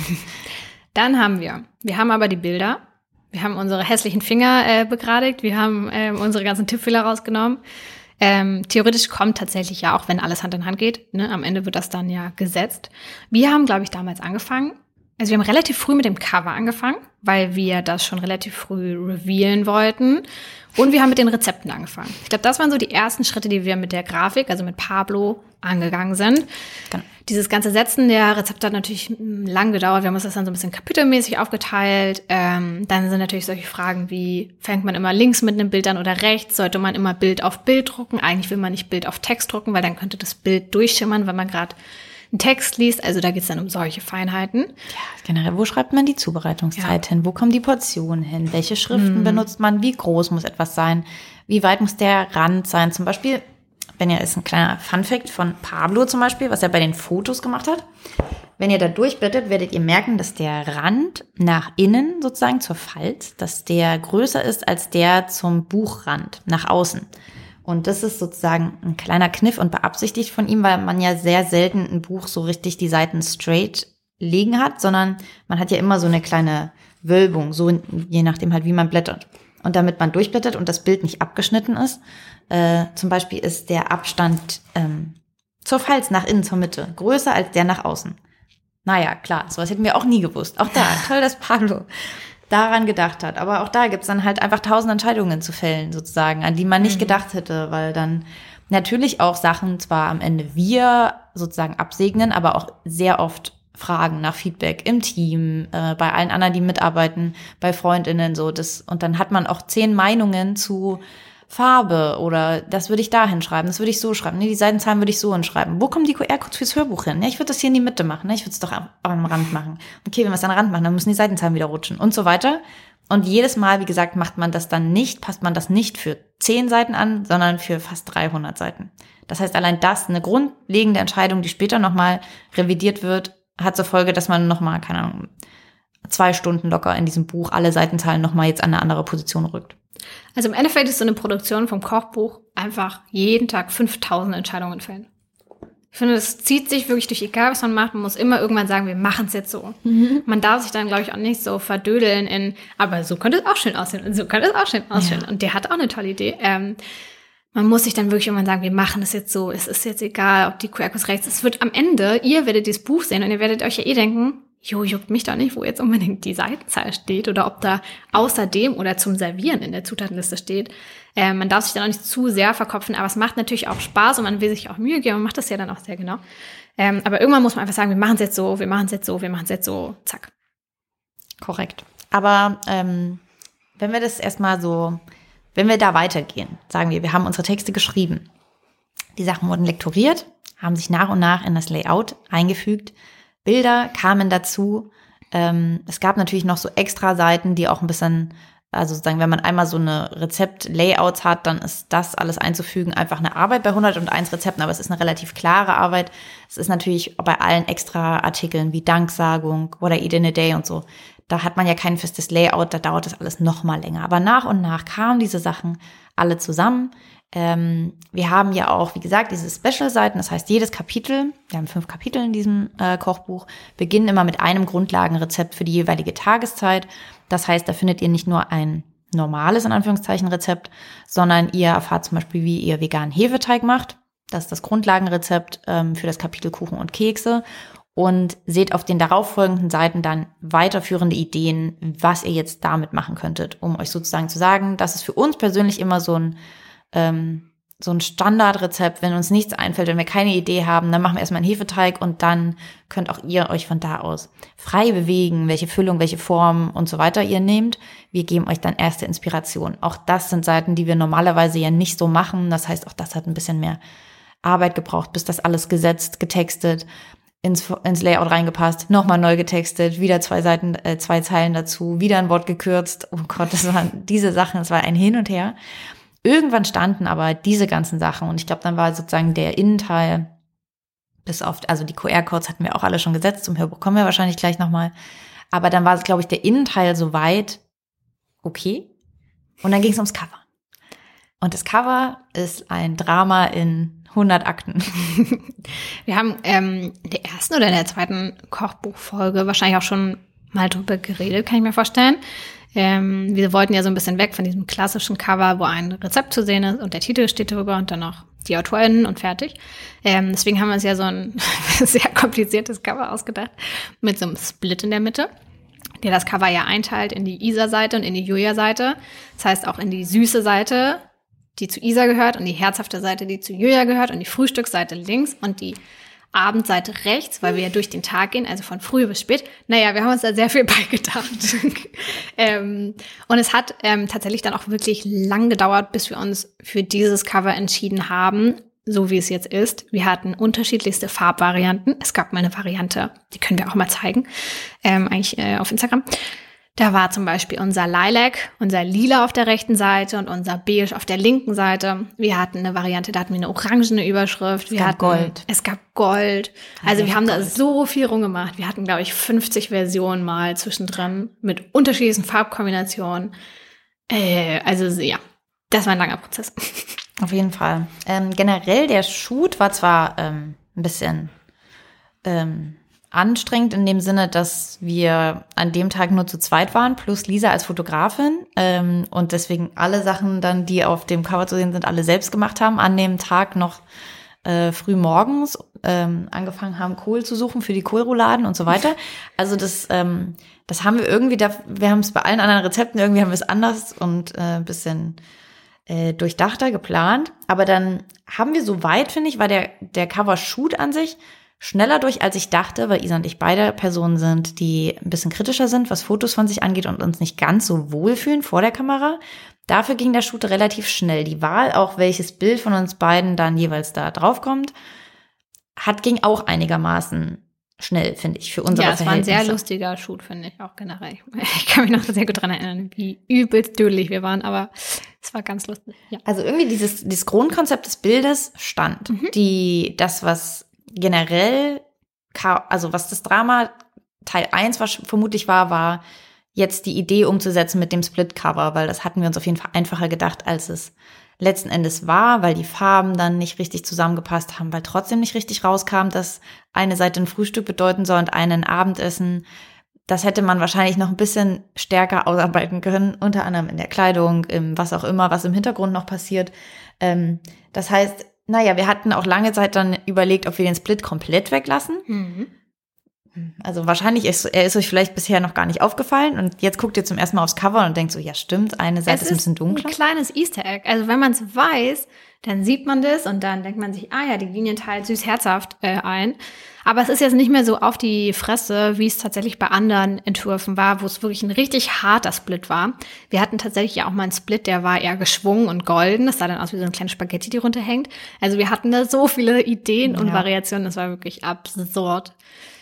Dann haben wir, wir haben aber die Bilder, wir haben unsere hässlichen Finger äh, begradigt, wir haben äh, unsere ganzen Tippfehler rausgenommen. Ähm, theoretisch kommt tatsächlich ja auch, wenn alles Hand in Hand geht, ne, am Ende wird das dann ja gesetzt. Wir haben, glaube ich, damals angefangen, also wir haben relativ früh mit dem Cover angefangen, weil wir das schon relativ früh revealen wollten. Und wir haben mit den Rezepten angefangen. Ich glaube, das waren so die ersten Schritte, die wir mit der Grafik, also mit Pablo, angegangen sind. Genau. Dieses ganze Setzen der Rezepte hat natürlich lang gedauert. Wir haben uns das dann so ein bisschen kapitelmäßig aufgeteilt. Ähm, dann sind natürlich solche Fragen wie, fängt man immer links mit einem Bild an oder rechts? Sollte man immer Bild auf Bild drucken? Eigentlich will man nicht Bild auf Text drucken, weil dann könnte das Bild durchschimmern, wenn man gerade einen Text liest. Also da geht es dann um solche Feinheiten. Ja, generell, wo schreibt man die Zubereitungszeit ja. hin? Wo kommen die Portionen hin? Welche Schriften hm. benutzt man? Wie groß muss etwas sein? Wie weit muss der Rand sein? Zum Beispiel, wenn ihr, ist ein kleiner Funfact von Pablo zum Beispiel, was er bei den Fotos gemacht hat. Wenn ihr da durchblättert, werdet ihr merken, dass der Rand nach innen sozusagen zur Falz, dass der größer ist als der zum Buchrand nach außen. Und das ist sozusagen ein kleiner Kniff und beabsichtigt von ihm, weil man ja sehr selten ein Buch so richtig die Seiten straight liegen hat, sondern man hat ja immer so eine kleine Wölbung, so je nachdem halt, wie man blättert. Und damit man durchblättert und das Bild nicht abgeschnitten ist, äh, zum Beispiel ist der Abstand ähm, zur Falz nach innen, zur Mitte, größer als der nach außen. Naja, klar, sowas hätten wir auch nie gewusst. Auch da, toll, dass Pablo daran gedacht hat. Aber auch da gibt's dann halt einfach tausend Entscheidungen zu fällen, sozusagen, an die man nicht mhm. gedacht hätte, weil dann natürlich auch Sachen zwar am Ende wir sozusagen absegnen, aber auch sehr oft Fragen nach Feedback im Team, äh, bei allen anderen, die mitarbeiten, bei FreundInnen, so das. Und dann hat man auch zehn Meinungen zu Farbe oder das würde ich da hinschreiben, das würde ich so schreiben, nee, die Seitenzahlen würde ich so hinschreiben. Wo kommen die Q R-Codes fürs Hörbuch hin? Ja, ich würde das hier in die Mitte machen, ne? Ich würde es doch am, am Rand machen. Okay, wenn wir es an den Rand machen, dann müssen die Seitenzahlen wieder rutschen und so weiter. Und jedes Mal, wie gesagt, macht man das dann nicht, passt man das nicht für zehn Seiten an, sondern für fast dreihundert Seiten. Das heißt, allein das, eine grundlegende Entscheidung, die später nochmal revidiert wird, hat zur Folge, dass man nochmal, keine Ahnung, zwei Stunden locker in diesem Buch alle Seitenzahlen nochmal jetzt an eine andere Position rückt. Also im Endeffekt ist so eine Produktion vom Kochbuch einfach jeden Tag fünftausend Entscheidungen fällen. Ich finde, das zieht sich wirklich durch, egal was man macht. Man muss immer irgendwann sagen, wir machen es jetzt so. Mhm. Man darf sich dann, glaube ich, auch nicht so verdödeln in, aber so könnte es auch schön aussehen und so könnte es auch schön aussehen. Ja. Und der hat auch eine tolle Idee. Ähm, man muss sich dann wirklich irgendwann sagen, wir machen es jetzt so. Es ist jetzt egal, ob die Q R-Codes rechts. Es wird am Ende, ihr werdet dieses Buch sehen und ihr werdet euch ja eh denken, jo, juckt mich doch nicht, wo jetzt unbedingt die Seitenzahl steht oder ob da außerdem oder zum Servieren in der Zutatenliste steht. Äh, man darf sich dann auch nicht zu sehr verkopfen, aber es macht natürlich auch Spaß und man will sich auch Mühe geben und macht das ja dann auch sehr genau. Ähm, aber irgendwann muss man einfach sagen, wir machen es jetzt so, wir machen es jetzt so, wir machen es jetzt so, zack. Korrekt. Aber ähm, wenn wir das erstmal so, wenn wir da weitergehen, sagen wir, wir haben unsere Texte geschrieben. Die Sachen wurden lektoriert, haben sich nach und nach in das Layout eingefügt. Bilder kamen dazu. Ähm, es gab natürlich noch so extra Seiten, die auch ein bisschen, also sozusagen, wenn man einmal so eine Rezept-Layouts hat, dann ist das alles einzufügen einfach eine Arbeit bei hunderteins Rezepten, aber es ist eine relativ klare Arbeit. Es ist natürlich bei allen extra Artikeln wie Danksagung oder Eat in a Day und so. Da hat man ja kein festes Layout, da dauert das alles noch mal länger. Aber nach und nach kamen diese Sachen alle zusammen. Ähm, wir haben ja auch, wie gesagt, diese Special-Seiten, das heißt, jedes Kapitel, wir haben fünf Kapitel in diesem äh, Kochbuch, beginnen immer mit einem Grundlagenrezept für die jeweilige Tageszeit. Das heißt, da findet ihr nicht nur ein normales, in Anführungszeichen, Rezept, sondern ihr erfahrt zum Beispiel, wie ihr veganen Hefeteig macht. Das ist das Grundlagenrezept ähm, für das Kapitel Kuchen und Kekse. Und seht auf den darauffolgenden Seiten dann weiterführende Ideen, was ihr jetzt damit machen könntet, um euch sozusagen zu sagen, das ist für uns persönlich immer so ein ähm, so ein Standardrezept. Wenn uns nichts einfällt, wenn wir keine Idee haben, dann machen wir erstmal einen Hefeteig und dann könnt auch ihr euch von da aus frei bewegen, welche Füllung, welche Form und so weiter ihr nehmt. Wir geben euch dann erste Inspiration. Auch das sind Seiten, die wir normalerweise ja nicht so machen. Das heißt, auch das hat ein bisschen mehr Arbeit gebraucht, bis das alles gesetzt, getextet, ins, ins Layout reingepasst, nochmal neu getextet, wieder zwei Seiten, äh, zwei Zeilen dazu, wieder ein Wort gekürzt. Oh Gott, das waren diese Sachen, es war ein Hin und Her. Irgendwann standen aber diese ganzen Sachen und ich glaube, dann war sozusagen der Innenteil bis auf, also die Q R-Codes hatten wir auch alle schon gesetzt, zum Hörbuch kommen wir wahrscheinlich gleich nochmal, aber dann war es, glaube ich, der Innenteil so weit, okay. Und dann ging es ums Cover. Und das Cover ist ein Drama in hundert Akten. Wir haben ähm, in der ersten oder in der zweiten Kochbuchfolge wahrscheinlich auch schon mal drüber geredet, kann ich mir vorstellen. Ähm, wir wollten ja so ein bisschen weg von diesem klassischen Cover, wo ein Rezept zu sehen ist und der Titel steht drüber und dann noch die AutorInnen und fertig. Ähm, deswegen haben wir uns ja so ein sehr kompliziertes Cover ausgedacht mit so einem Split in der Mitte, der das Cover ja einteilt in die Isa-Seite und in die Julia-Seite. Das heißt auch in die süße Seite, die zu Isa gehört, und die herzhafte Seite, die zu Julia gehört, und die Frühstücksseite links und die Abendseite rechts, weil wir ja durch den Tag gehen, also von früh bis spät. Naja, wir haben uns da sehr viel beigedacht. ähm, und es hat ähm, tatsächlich dann auch wirklich lang gedauert, bis wir uns für dieses Cover entschieden haben, so wie es jetzt ist. Wir hatten unterschiedlichste Farbvarianten. Es gab mal eine Variante, die können wir auch mal zeigen, ähm, eigentlich äh, auf Instagram. Da war zum Beispiel unser Lilac, unser Lila auf der rechten Seite und unser Beige auf der linken Seite. Wir hatten eine Variante, da hatten wir eine orangene Überschrift. Wir es gab hatten Gold. Es gab Gold. Also Ja, wir haben da Gold. so viel rumgemacht. Wir hatten, glaube ich, fünfzig Versionen mal zwischendrin mit unterschiedlichen Farbkombinationen. Äh, also ja, das war ein langer Prozess. Auf jeden Fall. Ähm, generell, der Shoot war zwar ähm, ein bisschen ähm, anstrengend in dem Sinne, dass wir an dem Tag nur zu zweit waren, plus Lisa als Fotografin, ähm, und deswegen alle Sachen dann, die auf dem Cover zu sehen sind, alle selbst gemacht haben. An dem Tag noch äh, früh morgens ähm, angefangen haben, Kohl zu suchen für die Kohlrouladen und so weiter. Also das, ähm, das haben wir irgendwie, da, wir haben es bei allen anderen Rezepten, irgendwie haben wir es anders und äh, ein bisschen äh, durchdachter geplant. Aber dann haben wir soweit, finde ich, war der, der Cover-Shoot an sich schneller durch, als ich dachte, weil Isa und ich beide Personen sind, die ein bisschen kritischer sind, was Fotos von sich angeht und uns nicht ganz so wohlfühlen vor der Kamera. Dafür ging der Shoot relativ schnell. Die Wahl, auch welches Bild von uns beiden dann jeweils da draufkommt, hat ging auch einigermaßen schnell, finde ich, für unsere Ja, es war ein Verhältnisse. sehr lustiger Shoot, finde ich, auch generell. Ich kann mich noch sehr gut dran erinnern, wie übelst dödelig wir waren, aber es war ganz lustig. Ja. Also irgendwie dieses, dieses Grundkonzept des Bildes stand. Mhm. Die, das, was generell, also was das Drama Teil eins war, vermutlich war, war jetzt die Idee umzusetzen mit dem Split-Cover, weil das hatten wir uns auf jeden Fall einfacher gedacht, als es letzten Endes war, weil die Farben dann nicht richtig zusammengepasst haben, weil trotzdem nicht richtig rauskam, dass eine Seite ein Frühstück bedeuten soll und eine ein Abendessen. Das hätte man wahrscheinlich noch ein bisschen stärker ausarbeiten können, unter anderem in der Kleidung, im was auch immer, was im Hintergrund noch passiert. Ähm, das heißt, naja, wir hatten auch lange Zeit dann überlegt, ob wir den Split komplett weglassen. Mhm. Also wahrscheinlich ist er ist euch vielleicht bisher noch gar nicht aufgefallen und jetzt guckt ihr zum ersten Mal aufs Cover und denkt so, ja stimmt, eine Seite Es ist ein bisschen dunkler. ein kleines Easter Egg. Also wenn man es weiß, dann sieht man das und dann denkt man sich, ah ja, die Linien teilt süß-herzhaft äh, ein. Aber es ist jetzt nicht mehr so auf die Fresse, wie es tatsächlich bei anderen Entwürfen war, wo es wirklich ein richtig harter Split war. Wir hatten tatsächlich ja auch mal einen Split, der war eher geschwungen und golden. Das sah dann aus wie so eine kleine Spaghetti, die runterhängt. Also wir hatten da so viele Ideen und Ja. Variationen. Das war wirklich absurd.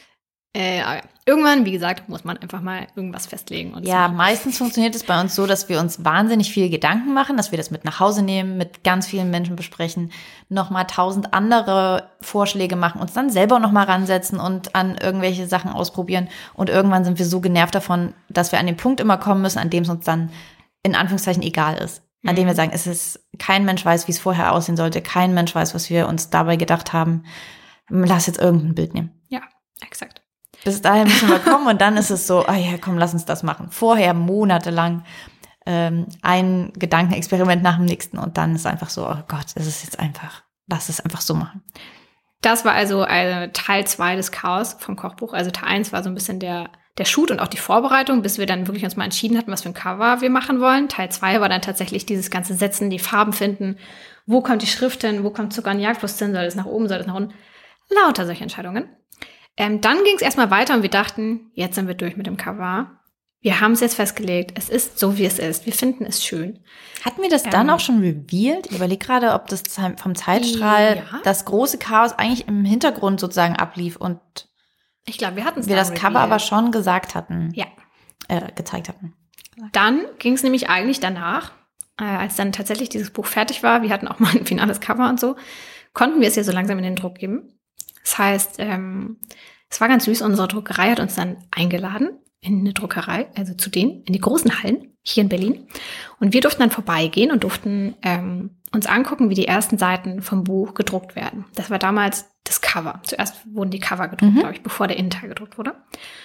Äh, aber irgendwann, wie gesagt, muss man einfach mal irgendwas festlegen. Und Ja, so. meistens funktioniert es bei uns so, dass wir uns wahnsinnig viel Gedanken machen, dass wir das mit nach Hause nehmen, mit ganz vielen Menschen besprechen, nochmal tausend andere Vorschläge machen, uns dann selber nochmal ransetzen und an irgendwelche Sachen ausprobieren. Und irgendwann sind wir so genervt davon, dass wir an den Punkt immer kommen müssen, an dem es uns dann in Anführungszeichen egal ist. An dem wir sagen, es ist, kein Mensch weiß, wie es vorher aussehen sollte, kein Mensch weiß, was wir uns dabei gedacht haben. Lass jetzt irgendein Bild nehmen. Ja, exakt. Bis dahin müssen wir kommen und dann ist es so, ah ja, komm, lass uns das machen. Vorher monatelang ähm, ein Gedankenexperiment nach dem nächsten und dann ist einfach so, oh Gott, es ist jetzt einfach, lass es einfach so machen. Das war also äh, Teil zwei des Chaos vom Kochbuch. Also Teil eins war so ein bisschen der, der Shoot und auch die Vorbereitung, bis wir dann wirklich uns mal entschieden hatten, was für ein Cover wir machen wollen. Teil zwei war dann tatsächlich dieses ganze Setzen, die Farben finden. Wo kommt die Schrift hin? Wo kommt Zucker und Jagdwurst hin? Soll es nach oben? Soll es nach unten? Lauter solche Entscheidungen. Ähm, dann ging es erstmal weiter und wir dachten, jetzt sind wir durch mit dem Cover. Wir haben es jetzt festgelegt. Es ist so, wie es ist. Wir finden es schön. Hatten wir das dann Ähm. auch schon revealed? Ich überlege gerade, ob das vom Zeitstrahl Ja. das große Chaos eigentlich im Hintergrund sozusagen ablief und Ich glaube, wir hatten es wir dann das Cover revealed. aber schon gesagt hatten, Ja. äh, gezeigt hatten. Dann ging es nämlich eigentlich danach, äh, als dann tatsächlich dieses Buch fertig war, wir hatten auch mal ein finales Cover und so, konnten wir es ja so langsam in den Druck geben. Das heißt, ähm, es war ganz süß, unsere Druckerei hat uns dann eingeladen in eine Druckerei, also zu denen, in die großen Hallen hier in Berlin. Und wir durften dann vorbeigehen und durften ähm, uns angucken, wie die ersten Seiten vom Buch gedruckt werden. Das war damals das Cover. Zuerst wurden die Cover gedruckt, mhm. glaube ich, bevor der Innenteil gedruckt wurde.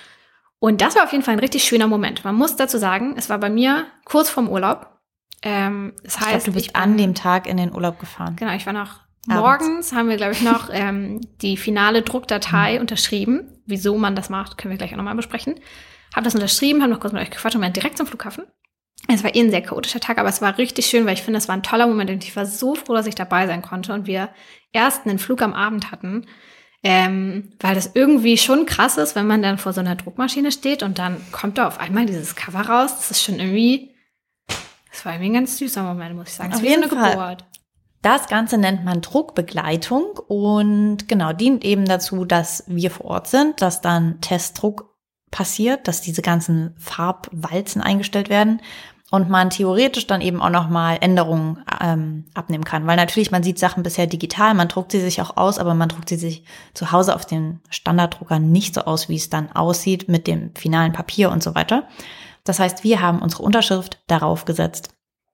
Und das war auf jeden Fall ein richtig schöner Moment. Man muss dazu sagen, es war bei mir kurz vorm Urlaub. Ähm, das ich heißt, glaube, du bist ich bin, an dem Tag in den Urlaub gefahren. Genau, ich war noch morgens, haben wir, glaube ich, noch ähm, die finale Druckdatei mhm. unterschrieben. Wieso man das macht, können wir gleich auch nochmal besprechen. Hab das unterschrieben, haben noch kurz mit euch gequatscht und waren direkt zum Flughafen. Es war eh ein sehr chaotischer Tag, aber es war richtig schön, weil ich finde, es war ein toller Moment und ich war so froh, dass ich dabei sein konnte und wir erst einen Flug am Abend hatten, ähm, weil das irgendwie schon krass ist, wenn man dann vor so einer Druckmaschine steht und dann kommt da auf einmal dieses Cover raus. Das ist schon irgendwie, das war irgendwie ein ganz süßer Moment, muss ich sagen. Auf jeden Fall. Das Ganze nennt man Druckbegleitung und genau, dient eben dazu, dass wir vor Ort sind, dass dann Testdruck passiert, dass diese ganzen Farbwalzen eingestellt werden und man theoretisch dann eben auch nochmal Änderungen ähm, abnehmen kann. Weil natürlich, man sieht Sachen bisher digital, man druckt sie sich auch aus, aber man druckt sie sich zu Hause auf den Standarddruckern nicht so aus, wie es dann aussieht mit dem finalen Papier und so weiter. Das heißt, wir haben unsere Unterschrift darauf gesetzt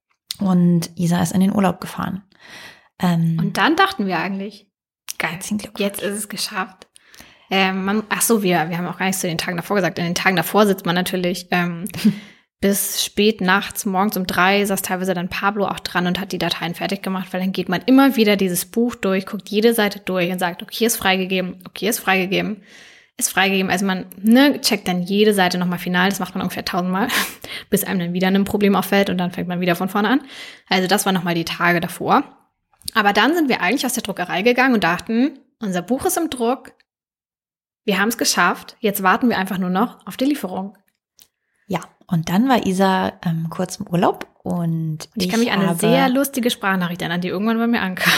und Isa ist in den Urlaub gefahren. Ähm, und dann dachten wir eigentlich, geil, jetzt ist es geschafft. Ähm, man, ach so, wir, wir haben auch gar nichts zu den Tagen davor gesagt. In den Tagen davor sitzt man natürlich ähm, bis spät nachts, morgens um drei, saß teilweise dann Pablo auch dran und hat die Dateien fertig gemacht, weil dann geht man immer wieder dieses Buch durch, guckt jede Seite durch und sagt, okay, ist freigegeben, okay, ist freigegeben, ist freigegeben. Also man ne, checkt dann jede Seite nochmal final, das macht man ungefähr tausendmal, bis einem dann wieder ein Problem auffällt und dann fängt man wieder von vorne an. Also das waren nochmal die Tage davor. Aber dann sind wir eigentlich aus der Druckerei gegangen und dachten, unser Buch ist im Druck, wir haben es geschafft, jetzt warten wir einfach nur noch auf die Lieferung. Ja, und dann war Isa ähm, kurz im Urlaub und, und ich, ich kann mich an eine sehr lustige Sprachnachricht erinnern, die irgendwann bei mir ankam.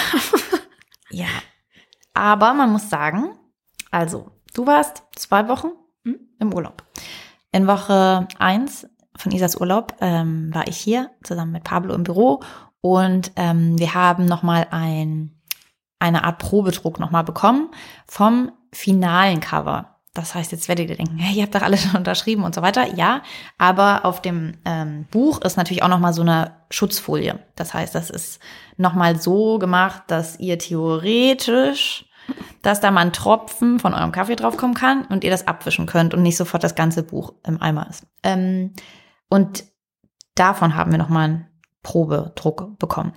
Ja, aber man muss sagen, also du warst zwei Wochen hm? im Urlaub. In Woche eins von Isas Urlaub ähm, war ich hier zusammen mit Pablo im Büro und ähm, wir haben nochmal ein, eine Art Probedruck nochmal bekommen vom finalen Cover. Das heißt, jetzt werdet ihr denken, hey, ihr habt doch alle schon unterschrieben und so weiter. Ja, aber auf dem ähm, Buch ist natürlich auch nochmal so eine Schutzfolie. Das heißt, das ist nochmal so gemacht, dass ihr theoretisch, dass da mal ein Tropfen von eurem Kaffee draufkommen kann und ihr das abwischen könnt und nicht sofort das ganze Buch im Eimer ist. Ähm, und davon haben wir nochmal einen Probedruck bekommen.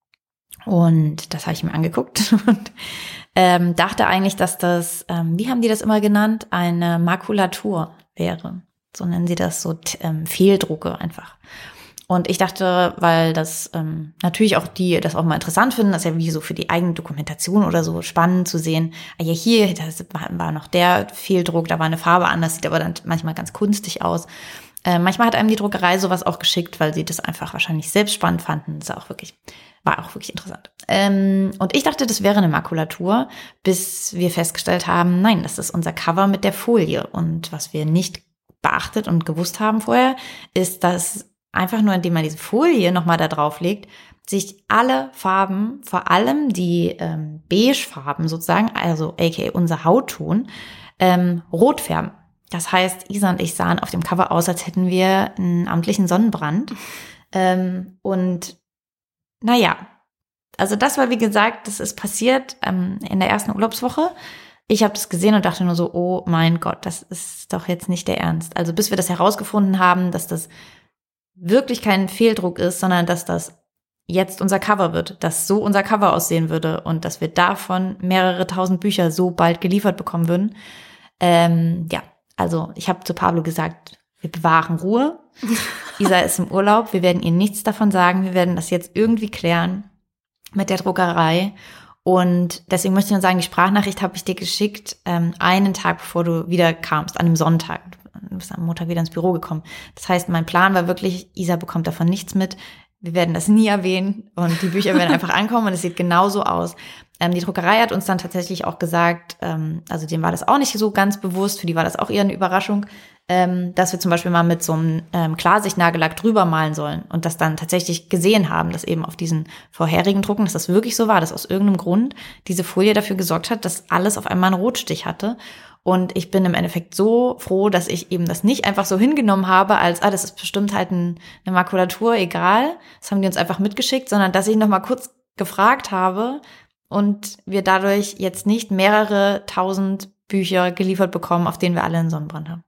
Und das habe ich mir angeguckt und ähm, dachte eigentlich, dass das, ähm, wie haben die das immer genannt, eine Makulatur wäre. So nennen sie das, so ähm, Fehldrucke einfach. Und ich dachte, weil das ähm, natürlich auch die das auch mal interessant finden, das ist ja wie so für die eigene Dokumentation oder so spannend zu sehen. Ah ja, hier das war noch der Fehldruck, da war eine Farbe anders, sieht aber dann manchmal ganz kunstig aus. Äh, manchmal hat einem die Druckerei sowas auch geschickt, weil sie das einfach wahrscheinlich selbst spannend fanden. Das ist auch wirklich, war auch wirklich interessant. Ähm, und ich dachte, das wäre eine Makulatur, bis wir festgestellt haben, nein, das ist unser Cover mit der Folie. Und was wir nicht beachtet und gewusst haben vorher, ist, dass einfach nur, indem man diese Folie nochmal da drauf legt, sich alle Farben, vor allem die ähm, Beige-Farben sozusagen, also aka unser Hautton, ähm, rot färben. Das heißt, Isa und ich sahen auf dem Cover aus, als hätten wir einen amtlichen Sonnenbrand. Ähm, und naja, also das war, wie gesagt, das ist passiert ähm, in der ersten Urlaubswoche. Ich habe das gesehen und dachte nur so, oh mein Gott, das ist doch jetzt nicht der Ernst. Also bis wir das herausgefunden haben, dass das wirklich kein Fehldruck ist, sondern dass das jetzt unser Cover wird, dass so unser Cover aussehen würde und dass wir davon mehrere tausend Bücher so bald geliefert bekommen würden. Ähm, ja. Also ich habe zu Pablo gesagt, wir bewahren Ruhe. Isa ist im Urlaub, wir werden ihr nichts davon sagen. Wir werden das jetzt irgendwie klären mit der Druckerei. Und deswegen möchte ich nur sagen, die Sprachnachricht habe ich dir geschickt, ähm, einen Tag bevor du wieder kamst, an einem Sonntag. Du bist am Montag wieder ins Büro gekommen. Das heißt, mein Plan war wirklich, Isa bekommt davon nichts mit. Wir werden das nie erwähnen und die Bücher werden einfach ankommen und es sieht genauso aus. Ähm, die Druckerei hat uns dann tatsächlich auch gesagt, ähm, also denen war das auch nicht so ganz bewusst, für die war das auch eher eine Überraschung, ähm, dass wir zum Beispiel mal mit so einem ähm, Klarsichtnagellack drüber malen sollen und das dann tatsächlich gesehen haben, dass eben auf diesen vorherigen Drucken, dass das wirklich so war, dass aus irgendeinem Grund diese Folie dafür gesorgt hat, dass alles auf einmal einen Rotstich hatte. Und ich bin im Endeffekt so froh, dass ich eben das nicht einfach so hingenommen habe, als, ah, das ist bestimmt halt ein, eine Makulatur, egal. Das haben die uns einfach mitgeschickt, sondern dass ich noch mal kurz gefragt habe und wir dadurch jetzt nicht mehrere tausend Bücher geliefert bekommen, auf denen wir alle einen Sonnenbrand haben.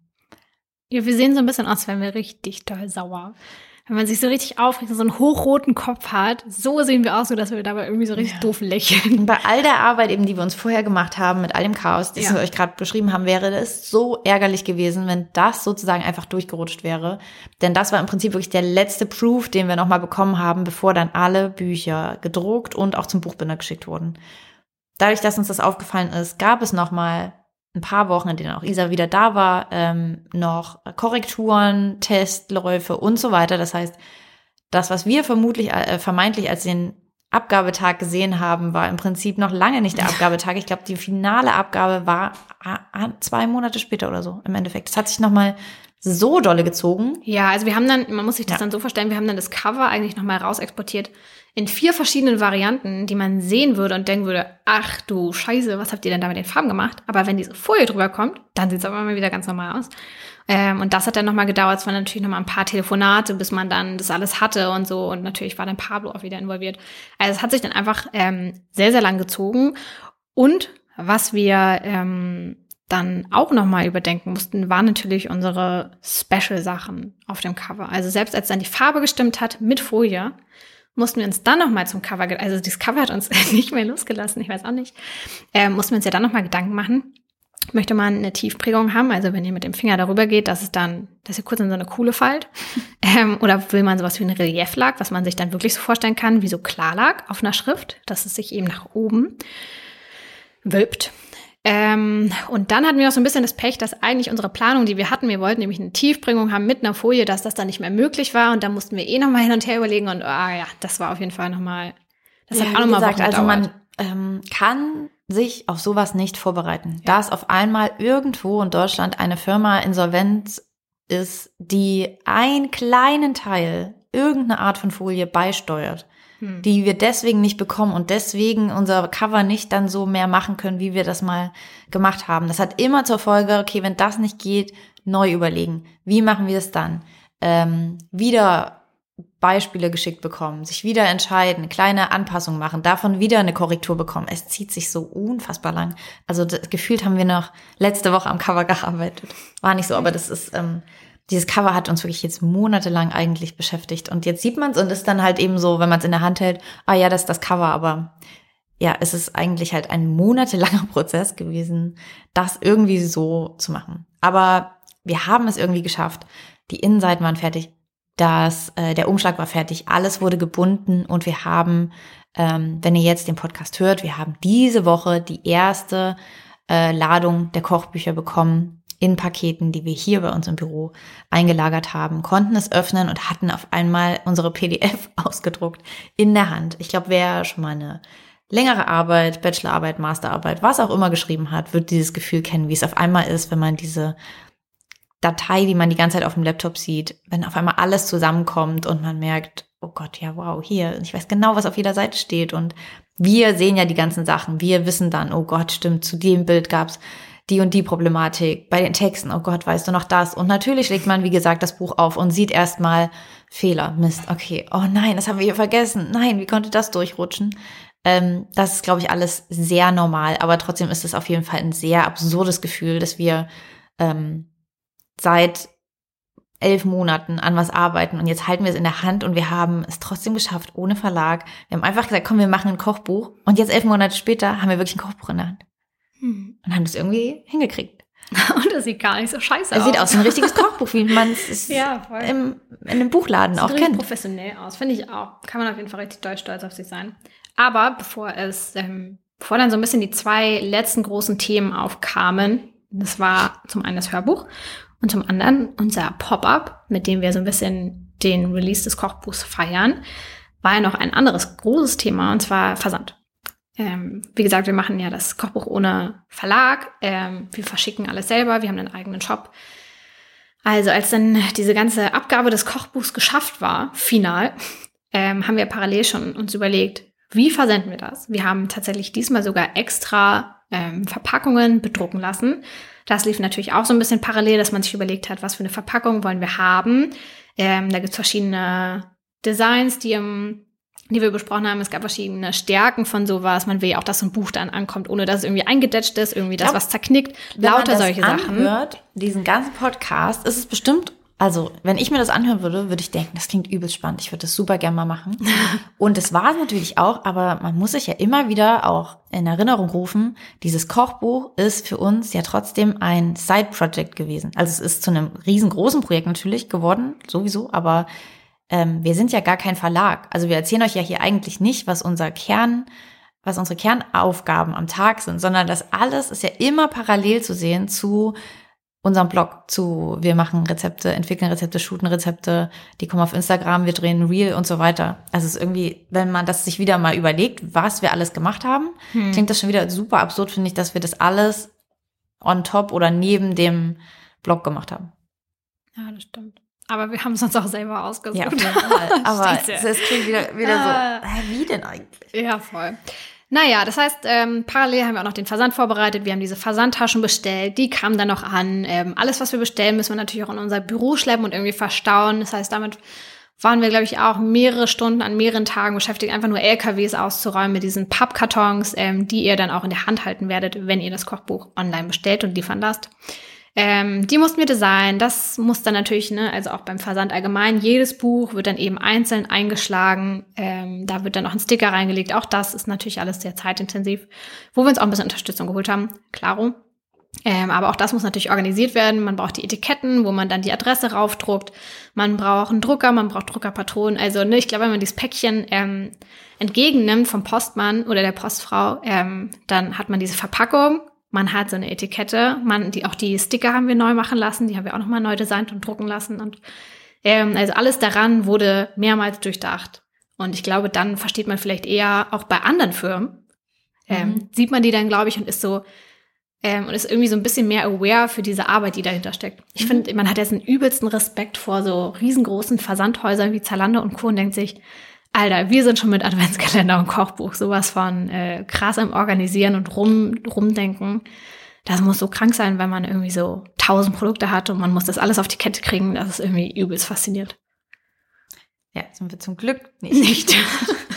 Ja, wir sehen so ein bisschen aus, wenn wir richtig doll sauer. Wenn man sich so richtig aufregt und so einen hochroten Kopf hat, so sehen wir aus, so dass wir dabei irgendwie so richtig ja. doof lächeln. Und bei all der Arbeit eben, die wir uns vorher gemacht haben, mit all dem Chaos, das ja. wir euch gerade beschrieben haben, wäre es so ärgerlich gewesen, wenn das sozusagen einfach durchgerutscht wäre. Denn das war im Prinzip wirklich der letzte Proof, den wir nochmal bekommen haben, bevor dann alle Bücher gedruckt und auch zum Buchbinder geschickt wurden. Dadurch, dass uns das aufgefallen ist, gab es nochmal ein paar Wochen, in denen auch Isa wieder da war, ähm, noch Korrekturen, Testläufe und so weiter. Das heißt, das, was wir vermutlich äh, vermeintlich als den Abgabetag gesehen haben, war im Prinzip noch lange nicht der Abgabetag. Ich glaube, die finale Abgabe war äh, zwei Monate später oder so im Endeffekt. Das hat sich nochmal so dolle gezogen. Ja, also wir haben dann, man muss sich das ja. dann so vorstellen, wir haben dann das Cover eigentlich nochmal rausexportiert in vier verschiedenen Varianten, die man sehen würde und denken würde, ach du Scheiße, was habt ihr denn da mit den Farben gemacht? Aber wenn diese Folie drüber kommt, dann sieht es aber mal wieder ganz normal aus. Ähm, und das hat dann nochmal gedauert. Es waren natürlich nochmal ein paar Telefonate, bis man dann das alles hatte und so. Und natürlich war dann Pablo auch wieder involviert. Also es hat sich dann einfach ähm, sehr, sehr lang gezogen. Und was wir ähm, dann auch nochmal überdenken mussten, waren natürlich unsere Special-Sachen auf dem Cover. Also selbst als dann die Farbe gestimmt hat mit Folie, mussten wir uns dann nochmal zum Cover, also dieses Cover hat uns nicht mehr losgelassen, ich weiß auch nicht, äh, mussten wir uns ja dann nochmal Gedanken machen, möchte man eine Tiefprägung haben, also wenn ihr mit dem Finger darüber geht, dass es dann, dass ihr kurz in so eine Kuhle fallt, ähm, oder will man sowas wie ein Relieflack, was man sich dann wirklich so vorstellen kann, wie so Klarlack auf einer Schrift, dass es sich eben nach oben wölbt. Ähm, und dann hatten wir auch so ein bisschen das Pech, dass eigentlich unsere Planung, die wir hatten, wir wollten nämlich eine Tiefbringung haben mit einer Folie, dass das dann nicht mehr möglich war und da mussten wir eh nochmal hin und her überlegen und ah ja, das war auf jeden Fall nochmal, das ja, hat auch nochmal Wochen gedauert. Also man ähm, kann sich auf sowas nicht vorbereiten. Ja. Da es auf einmal irgendwo in Deutschland eine Firma insolvent ist, die einen kleinen Teil, irgendeine Art von Folie beisteuert, die wir deswegen nicht bekommen und deswegen unser Cover nicht dann so mehr machen können, wie wir das mal gemacht haben. Das hat immer zur Folge, okay, wenn das nicht geht, neu überlegen. Wie machen wir es dann? Ähm, wieder Beispiele geschickt bekommen, sich wieder entscheiden, kleine Anpassungen machen, davon wieder eine Korrektur bekommen. Es zieht sich so unfassbar lang. Also das, gefühlt haben wir noch letzte Woche am Cover gearbeitet. War nicht so, aber das ist... Ähm, Dieses Cover hat uns wirklich jetzt monatelang eigentlich beschäftigt. Und jetzt sieht man es und ist dann halt eben so, wenn man es in der Hand hält, ah ja, das ist das Cover. Aber ja, es ist eigentlich halt ein monatelanger Prozess gewesen, das irgendwie so zu machen. Aber wir haben es irgendwie geschafft. Die Innenseiten waren fertig, das, äh, der Umschlag war fertig, alles wurde gebunden und wir haben, ähm, wenn ihr jetzt den Podcast hört, wir haben diese Woche die erste äh, Ladung der Kochbücher bekommen, in Paketen, die wir hier bei uns im Büro eingelagert haben, konnten es öffnen und hatten auf einmal unsere P D F ausgedruckt in der Hand. Ich glaube, wer schon mal eine längere Arbeit, Bachelorarbeit, Masterarbeit, was auch immer geschrieben hat, wird dieses Gefühl kennen, wie es auf einmal ist, wenn man diese Datei, die man die ganze Zeit auf dem Laptop sieht, wenn auf einmal alles zusammenkommt und man merkt, oh Gott, ja wow, hier, ich weiß genau, was auf jeder Seite steht und wir sehen ja die ganzen Sachen. Wir wissen dann, oh Gott, stimmt, zu dem Bild gab's die und die Problematik, bei den Texten, oh Gott, weißt du noch das? Und natürlich legt man, wie gesagt, das Buch auf und sieht erstmal Fehler, Mist, okay, oh nein, das haben wir hier vergessen, nein, wie konnte das durchrutschen? Ähm, das ist, glaube ich, alles sehr normal, aber trotzdem ist es auf jeden Fall ein sehr absurdes Gefühl, dass wir ähm, seit elf Monaten an was arbeiten und jetzt halten wir es in der Hand und wir haben es trotzdem geschafft, ohne Verlag. Wir haben einfach gesagt, komm, wir machen ein Kochbuch und jetzt elf Monate später haben wir wirklich ein Kochbuch in der Hand. Und haben das irgendwie hingekriegt. Und das sieht gar nicht so scheiße aus. Es sieht aus wie ein richtiges Kochbuch, wie man es ja, im, in einem Buchladen auch kennt. Sieht professionell aus, finde ich auch. Kann man auf jeden Fall richtig doll stolz auf sich sein. Aber bevor es, ähm, bevor dann so ein bisschen die zwei letzten großen Themen aufkamen, das war zum einen das Hörbuch und zum anderen unser Pop-up, mit dem wir so ein bisschen den Release des Kochbuchs feiern, war ja noch ein anderes großes Thema, und zwar Versand. Ähm, wie gesagt, wir machen ja das Kochbuch ohne Verlag. Ähm, wir verschicken alles selber. Wir haben einen eigenen Shop. Also als dann diese ganze Abgabe des Kochbuchs geschafft war, final, ähm, haben wir parallel schon uns überlegt, wie versenden wir das? Wir haben tatsächlich diesmal sogar extra ähm, Verpackungen bedrucken lassen. Das lief natürlich auch so ein bisschen parallel, dass man sich überlegt hat, was für eine Verpackung wollen wir haben. Ähm, da gibt es verschiedene Designs, die im die wir besprochen haben. Es gab verschiedene Stärken von sowas. Man will ja auch, dass so ein Buch dann ankommt, ohne dass es irgendwie eingedetscht ist, irgendwie das, was zerknickt. Lauter solche Sachen. Wenn man das anhört, diesen ganzen Podcast, ist es bestimmt, also wenn ich mir das anhören würde, würde ich denken, das klingt übelst spannend. Ich würde das super gerne mal machen. Und es war es natürlich auch, aber man muss sich ja immer wieder auch in Erinnerung rufen, dieses Kochbuch ist für uns ja trotzdem ein Side-Project gewesen. Also es ist zu einem riesengroßen Projekt natürlich geworden, sowieso, aber Ähm, wir sind ja gar kein Verlag. Also wir erzählen euch ja hier eigentlich nicht, was unser Kern, was unsere Kernaufgaben am Tag sind, sondern das alles ist ja immer parallel zu sehen zu unserem Blog, zu wir machen Rezepte, entwickeln Rezepte, shooten Rezepte, die kommen auf Instagram, wir drehen ein Reel und so weiter. Also es ist irgendwie, wenn man das sich wieder mal überlegt, was wir alles gemacht haben, hm. klingt das schon wieder super absurd, finde ich, dass wir das alles on top oder neben dem Blog gemacht haben. Ja, das stimmt. Aber wir haben es uns auch selber ausgesucht. Ja, auf jeden Fall. Aber es, es klingt wieder, wieder so, hä, wie denn eigentlich? Ja, voll. Naja, das heißt, ähm, parallel haben wir auch noch den Versand vorbereitet. Wir haben diese Versandtaschen bestellt. Die kamen dann noch an. Ähm, alles, was wir bestellen, müssen wir natürlich auch in unser Büro schleppen und irgendwie verstauen. Das heißt, damit waren wir, glaube ich, auch mehrere Stunden an mehreren Tagen beschäftigt, einfach nur L K Ws auszuräumen mit diesen Pappkartons, ähm, die ihr dann auch in der Hand halten werdet, wenn ihr das Kochbuch online bestellt und liefern lasst. Ähm, die mussten wir designen, das muss dann natürlich, ne, also auch beim Versand allgemein, jedes Buch wird dann eben einzeln eingeschlagen, ähm, da wird dann noch ein Sticker reingelegt, auch das ist natürlich alles sehr zeitintensiv, wo wir uns auch ein bisschen Unterstützung geholt haben, klaro. Ähm, aber auch das muss natürlich organisiert werden, man braucht die Etiketten, wo man dann die Adresse raufdruckt, man braucht einen Drucker, man braucht Druckerpatronen, also ne, ich glaube, wenn man dieses Päckchen ähm, entgegennimmt vom Postmann oder der Postfrau, ähm, dann hat man diese Verpackung. Man hat so eine Etikette, man, die, auch die Sticker haben wir neu machen lassen, die haben wir auch nochmal neu designt und drucken lassen. Und ähm, also alles daran wurde mehrmals durchdacht. Und ich glaube, dann versteht man vielleicht eher auch bei anderen Firmen, ähm, mhm. sieht man die dann, glaube ich, und ist so ähm, und ist irgendwie so ein bisschen mehr aware für diese Arbeit, die dahinter steckt. Ich mhm. finde, man hat jetzt einen übelsten Respekt vor so riesengroßen Versandhäusern wie Zalando und Co. und denkt sich, Alter, wir sind schon mit Adventskalender und Kochbuch sowas von äh, krass am Organisieren und rum rumdenken. Das muss so krank sein, wenn man irgendwie so tausend Produkte hat und man muss das alles auf die Kette kriegen. Das ist irgendwie übelst fasziniert. Ja, sind wir zum Glück nicht. nicht. Ja,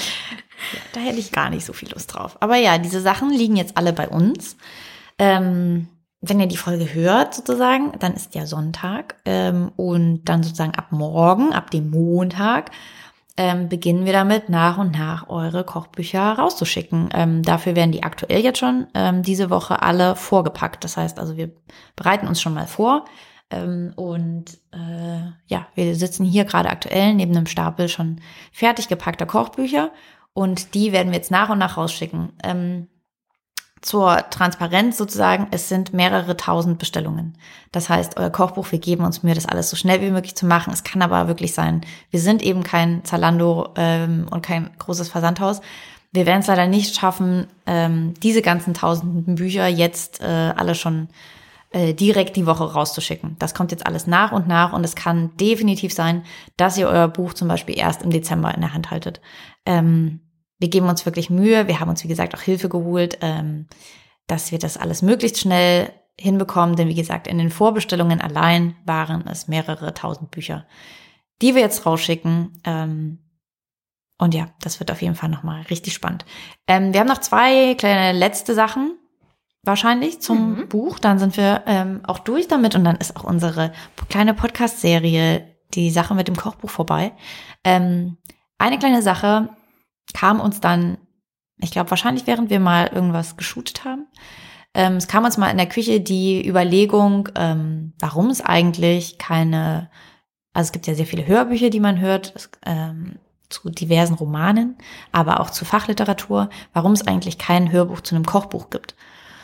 da hätte ich gar nicht so viel Lust drauf. Aber ja, diese Sachen liegen jetzt alle bei uns. Ähm, wenn ihr die Folge hört sozusagen, dann ist ja Sonntag. Ähm, und dann sozusagen ab morgen, ab dem Montag, Ähm, beginnen wir damit, nach und nach eure Kochbücher rauszuschicken. Ähm, dafür werden die aktuell jetzt schon ähm, diese Woche alle vorgepackt. Das heißt also, wir bereiten uns schon mal vor. Ähm, und äh, ja, wir sitzen hier gerade aktuell neben einem Stapel schon fertig gepackter Kochbücher. Und die werden wir jetzt nach und nach rausschicken. Ähm, Zur Transparenz sozusagen, es sind mehrere tausend Bestellungen. Das heißt, euer Kochbuch, wir geben uns Mühe, das alles so schnell wie möglich zu machen. Es kann aber wirklich sein, wir sind eben kein Zalando ähm, und kein großes Versandhaus. Wir werden es leider nicht schaffen, ähm, diese ganzen tausenden Bücher jetzt äh, alle schon äh, direkt die Woche rauszuschicken. Das kommt jetzt alles nach und nach und es kann definitiv sein, dass ihr euer Buch zum Beispiel erst im Dezember in der Hand haltet. Ähm, Wir geben uns wirklich Mühe. Wir haben uns, wie gesagt, auch Hilfe geholt, ähm, dass wir das alles möglichst schnell hinbekommen. Denn wie gesagt, in den Vorbestellungen allein waren es mehrere tausend Bücher, die wir jetzt rausschicken. Ähm, und ja, das wird auf jeden Fall nochmal richtig spannend. Ähm, wir haben noch zwei kleine letzte Sachen wahrscheinlich zum mhm. Buch. Dann sind wir ähm, auch durch damit. Und dann ist auch unsere kleine Podcast-Serie, die Sache mit dem Kochbuch, vorbei. Ähm, eine kleine Sache kam uns dann, ich glaube wahrscheinlich während wir mal irgendwas geshootet haben, ähm, es kam uns mal in der Küche die Überlegung, ähm, warum es eigentlich keine, also es gibt ja sehr viele Hörbücher, die man hört, es, ähm, zu diversen Romanen, aber auch zu Fachliteratur, warum es eigentlich kein Hörbuch zu einem Kochbuch gibt.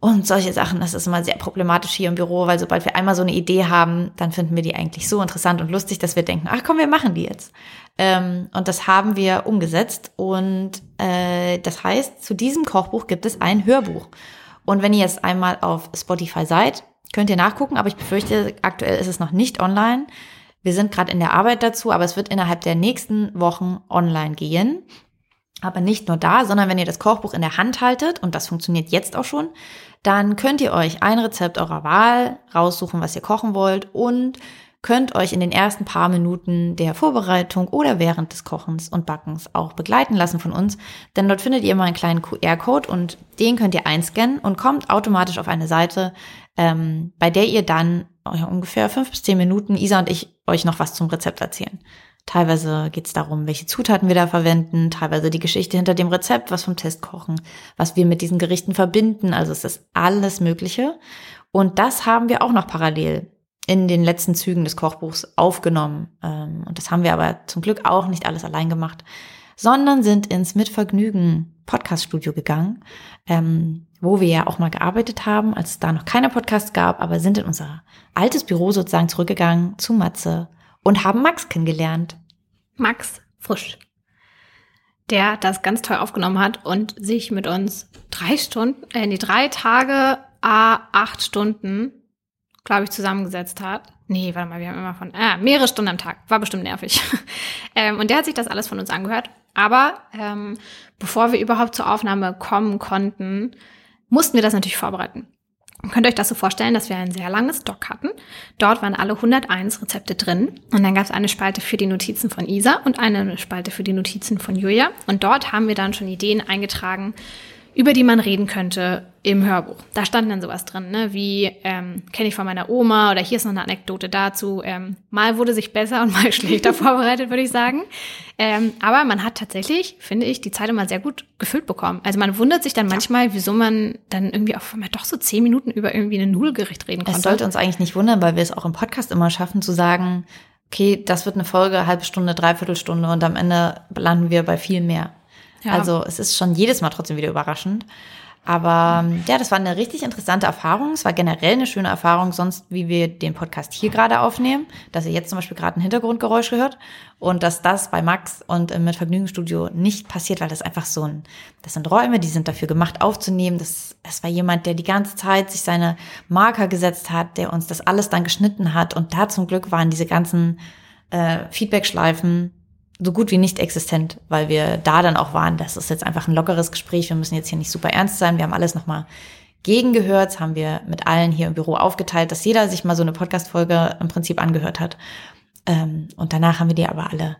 Und solche Sachen, das ist immer sehr problematisch hier im Büro, weil sobald wir einmal so eine Idee haben, dann finden wir die eigentlich so interessant und lustig, dass wir denken, ach komm, wir machen die jetzt. Ähm, und das haben wir umgesetzt. Und äh, das heißt, zu diesem Kochbuch gibt es ein Hörbuch. Und wenn ihr jetzt einmal auf Spotify seid, könnt ihr nachgucken, aber ich befürchte, aktuell ist es noch nicht online. Wir sind gerade in der Arbeit dazu, aber es wird innerhalb der nächsten Wochen online gehen. Aber nicht nur da, sondern wenn ihr das Kochbuch in der Hand haltet, und das funktioniert jetzt auch schon, dann könnt ihr euch ein Rezept eurer Wahl raussuchen, was ihr kochen wollt, und könnt euch in den ersten paar Minuten der Vorbereitung oder während des Kochens und Backens auch begleiten lassen von uns. Denn dort findet ihr immer einen kleinen Q R-Code und den könnt ihr einscannen und kommt automatisch auf eine Seite, ähm, bei der ihr dann ja, ungefähr fünf bis zehn Minuten, Isa und ich, euch noch was zum Rezept erzählen. Teilweise geht es darum, welche Zutaten wir da verwenden, teilweise die Geschichte hinter dem Rezept, was vom Testkochen, was wir mit diesen Gerichten verbinden. Also es ist alles Mögliche. Und das haben wir auch noch parallel in den letzten Zügen des Kochbuchs aufgenommen. Und das haben wir aber zum Glück auch nicht alles allein gemacht, sondern sind ins Mitvergnügen Podcast-Studio gegangen, wo wir ja auch mal gearbeitet haben, als es da noch keine Podcasts gab, aber sind in unser altes Büro sozusagen zurückgegangen zu Matze und haben Max kennengelernt. Max Frisch, der das ganz toll aufgenommen hat und sich mit uns drei Stunden, äh, nee, drei Tage, a acht Stunden, glaube ich, zusammengesetzt hat. Nee, warte mal, wir haben immer von, ah, mehrere Stunden am Tag. War bestimmt nervig. ähm, und der hat sich das alles von uns angehört. Aber ähm, bevor wir überhaupt zur Aufnahme kommen konnten, mussten wir das natürlich vorbereiten. Ihr könnt euch das so vorstellen, dass wir ein sehr langes Doc hatten. Dort waren alle hunderteins Rezepte drin. Und dann gab es eine Spalte für die Notizen von Isa und eine Spalte für die Notizen von Julia. Und dort haben wir dann schon Ideen eingetragen, über die man reden könnte im Hörbuch. Da stand dann sowas drin, ne, wie ähm, kenne ich von meiner Oma oder hier ist noch eine Anekdote dazu. Ähm, mal wurde sich besser und mal schlechter vorbereitet, würde ich sagen. Ähm, aber man hat tatsächlich, finde ich, die Zeit immer sehr gut gefüllt bekommen. Also man wundert sich dann manchmal, wieso man dann irgendwie auf einmal doch so zehn Minuten über irgendwie ein Nudelgericht reden konnte. Es sollte uns eigentlich nicht wundern, weil wir es auch im Podcast immer schaffen zu sagen, okay, das wird eine Folge, halbe Stunde, dreiviertel Stunde und am Ende landen wir bei viel mehr. Ja. Also es ist schon jedes Mal trotzdem wieder überraschend. Aber ja, das war eine richtig interessante Erfahrung. Es war generell eine schöne Erfahrung, sonst wie wir den Podcast hier gerade aufnehmen, dass ihr jetzt zum Beispiel gerade ein Hintergrundgeräusch hört und dass das bei Max und im Mitvergnügen-Studio nicht passiert, weil das einfach so ein, das sind Räume, die sind dafür gemacht aufzunehmen. Das, das war jemand, der die ganze Zeit sich seine Marker gesetzt hat, der uns das alles dann geschnitten hat und da zum Glück waren diese ganzen äh, Feedback-Schleifen so gut wie nicht existent, weil wir da dann auch waren, das ist jetzt einfach ein lockeres Gespräch, wir müssen jetzt hier nicht super ernst sein, wir haben alles nochmal gegengehört, das haben wir mit allen hier im Büro aufgeteilt, dass jeder sich mal so eine Podcast-Folge im Prinzip angehört hat. Und danach haben wir die aber alle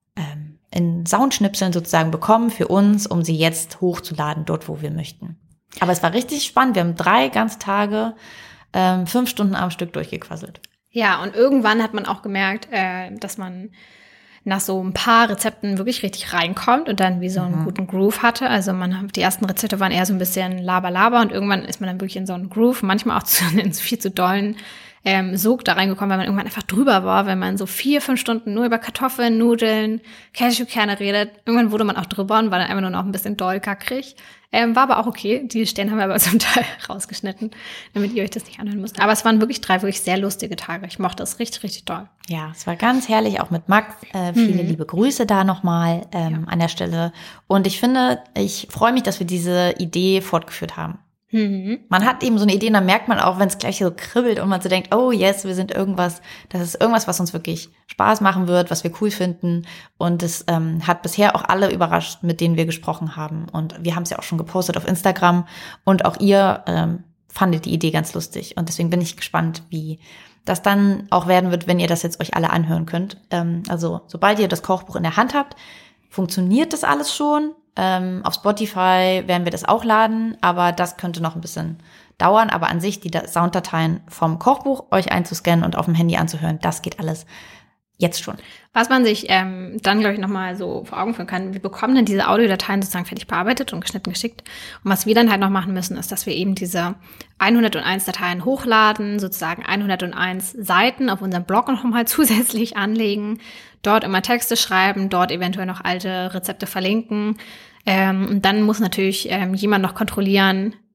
in Soundschnipseln sozusagen bekommen für uns, um sie jetzt hochzuladen, dort wo wir möchten. Aber es war richtig spannend, wir haben drei ganze Tage, fünf Stunden am Stück durchgequasselt. Ja, und irgendwann hat man auch gemerkt, dass man nach so ein paar Rezepten wirklich richtig reinkommt und dann wie so einen mhm. guten Groove hatte. Also man die ersten Rezepte waren eher so ein bisschen Laber-Laber und irgendwann ist man dann wirklich in so einen Groove, manchmal auch zu, in so viel zu dollen ähm, Sog da reingekommen, weil man irgendwann einfach drüber war, wenn man so vier, fünf Stunden nur über Kartoffeln, Nudeln, Cashewkerne redet. Irgendwann wurde man auch drüber und war dann einfach nur noch ein bisschen doll kackrig. Ähm, war aber auch okay. Die Stellen haben wir aber zum Teil rausgeschnitten, damit ihr euch das nicht anhören müsst. Aber es waren wirklich drei wirklich sehr lustige Tage. Ich mochte es richtig, richtig doll. Ja, es war ganz herrlich, auch mit Max. Äh, viele mhm. liebe Grüße da nochmal ähm, ja. an der Stelle. Und ich finde, ich freue mich, dass wir diese Idee fortgeführt haben. Mhm. Man hat eben so eine Idee und dann merkt man auch, wenn es gleich so kribbelt und man so denkt, oh yes, wir sind irgendwas, das ist irgendwas, was uns wirklich Spaß machen wird, was wir cool finden. Und es ähm, hat bisher auch alle überrascht, mit denen wir gesprochen haben. Und wir haben es ja auch schon gepostet auf Instagram und auch ihr ähm, fandet die Idee ganz lustig. Und deswegen bin ich gespannt, wie das dann auch werden wird, wenn ihr das jetzt euch alle anhören könnt. Ähm, also sobald ihr das Kochbuch in der Hand habt, funktioniert das alles schon. Ähm, auf Spotify werden wir das auch laden, aber das könnte noch ein bisschen dauern. Aber an sich, die Sounddateien vom Kochbuch euch einzuscannen und auf dem Handy anzuhören, das geht alles jetzt schon. Was man sich ähm, dann, glaube ich, nochmal so vor Augen führen kann, wir bekommen dann diese Audiodateien sozusagen fertig bearbeitet und geschnitten geschickt. Und was wir dann halt noch machen müssen, ist, dass wir eben diese hunderteins Dateien hochladen, sozusagen hunderteins Seiten auf unserem Blog nochmal zusätzlich anlegen, dort immer Texte schreiben, dort eventuell noch alte Rezepte verlinken. Ähm, und dann muss natürlich ähm, jemand noch kontrollieren,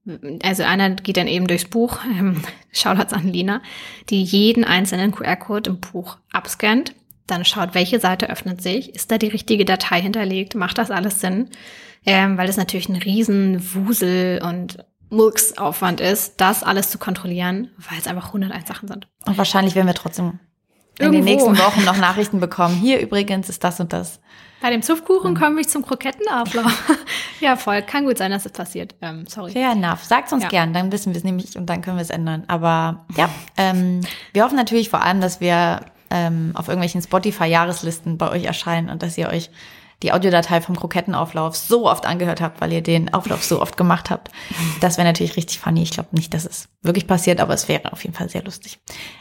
also einer geht dann eben durchs Buch, ähm, Shoutouts an Lina, die jeden einzelnen Q R-Code im Buch abscannt, dann schaut, welche Seite öffnet sich, ist da die richtige Datei hinterlegt, macht das alles Sinn, ähm, weil das natürlich ein riesen Wusel und Murksaufwand ist, das alles zu kontrollieren, weil es einfach hunderteins Sachen sind. Und wahrscheinlich werden wir trotzdem in Irgendwo. den nächsten Wochen noch Nachrichten bekommen. Hier übrigens ist das und das. Bei dem Zupfkuchen komme ich zum Krokettenauflauf. Ja, voll. Kann gut sein, dass das passiert. Ähm, sorry. Fair enough. Sagt's uns Ja. gern, dann wissen wir es nämlich und dann können wir es ändern. Aber ja, ähm, wir hoffen natürlich vor allem, dass wir ähm, auf irgendwelchen Spotify-Jahreslisten bei euch erscheinen und dass ihr euch die Audiodatei vom Krokettenauflauf so oft angehört habt, weil ihr den Auflauf so oft gemacht habt. Das wäre natürlich richtig funny. Ich glaube nicht, dass es wirklich passiert, aber es wäre auf jeden Fall sehr lustig.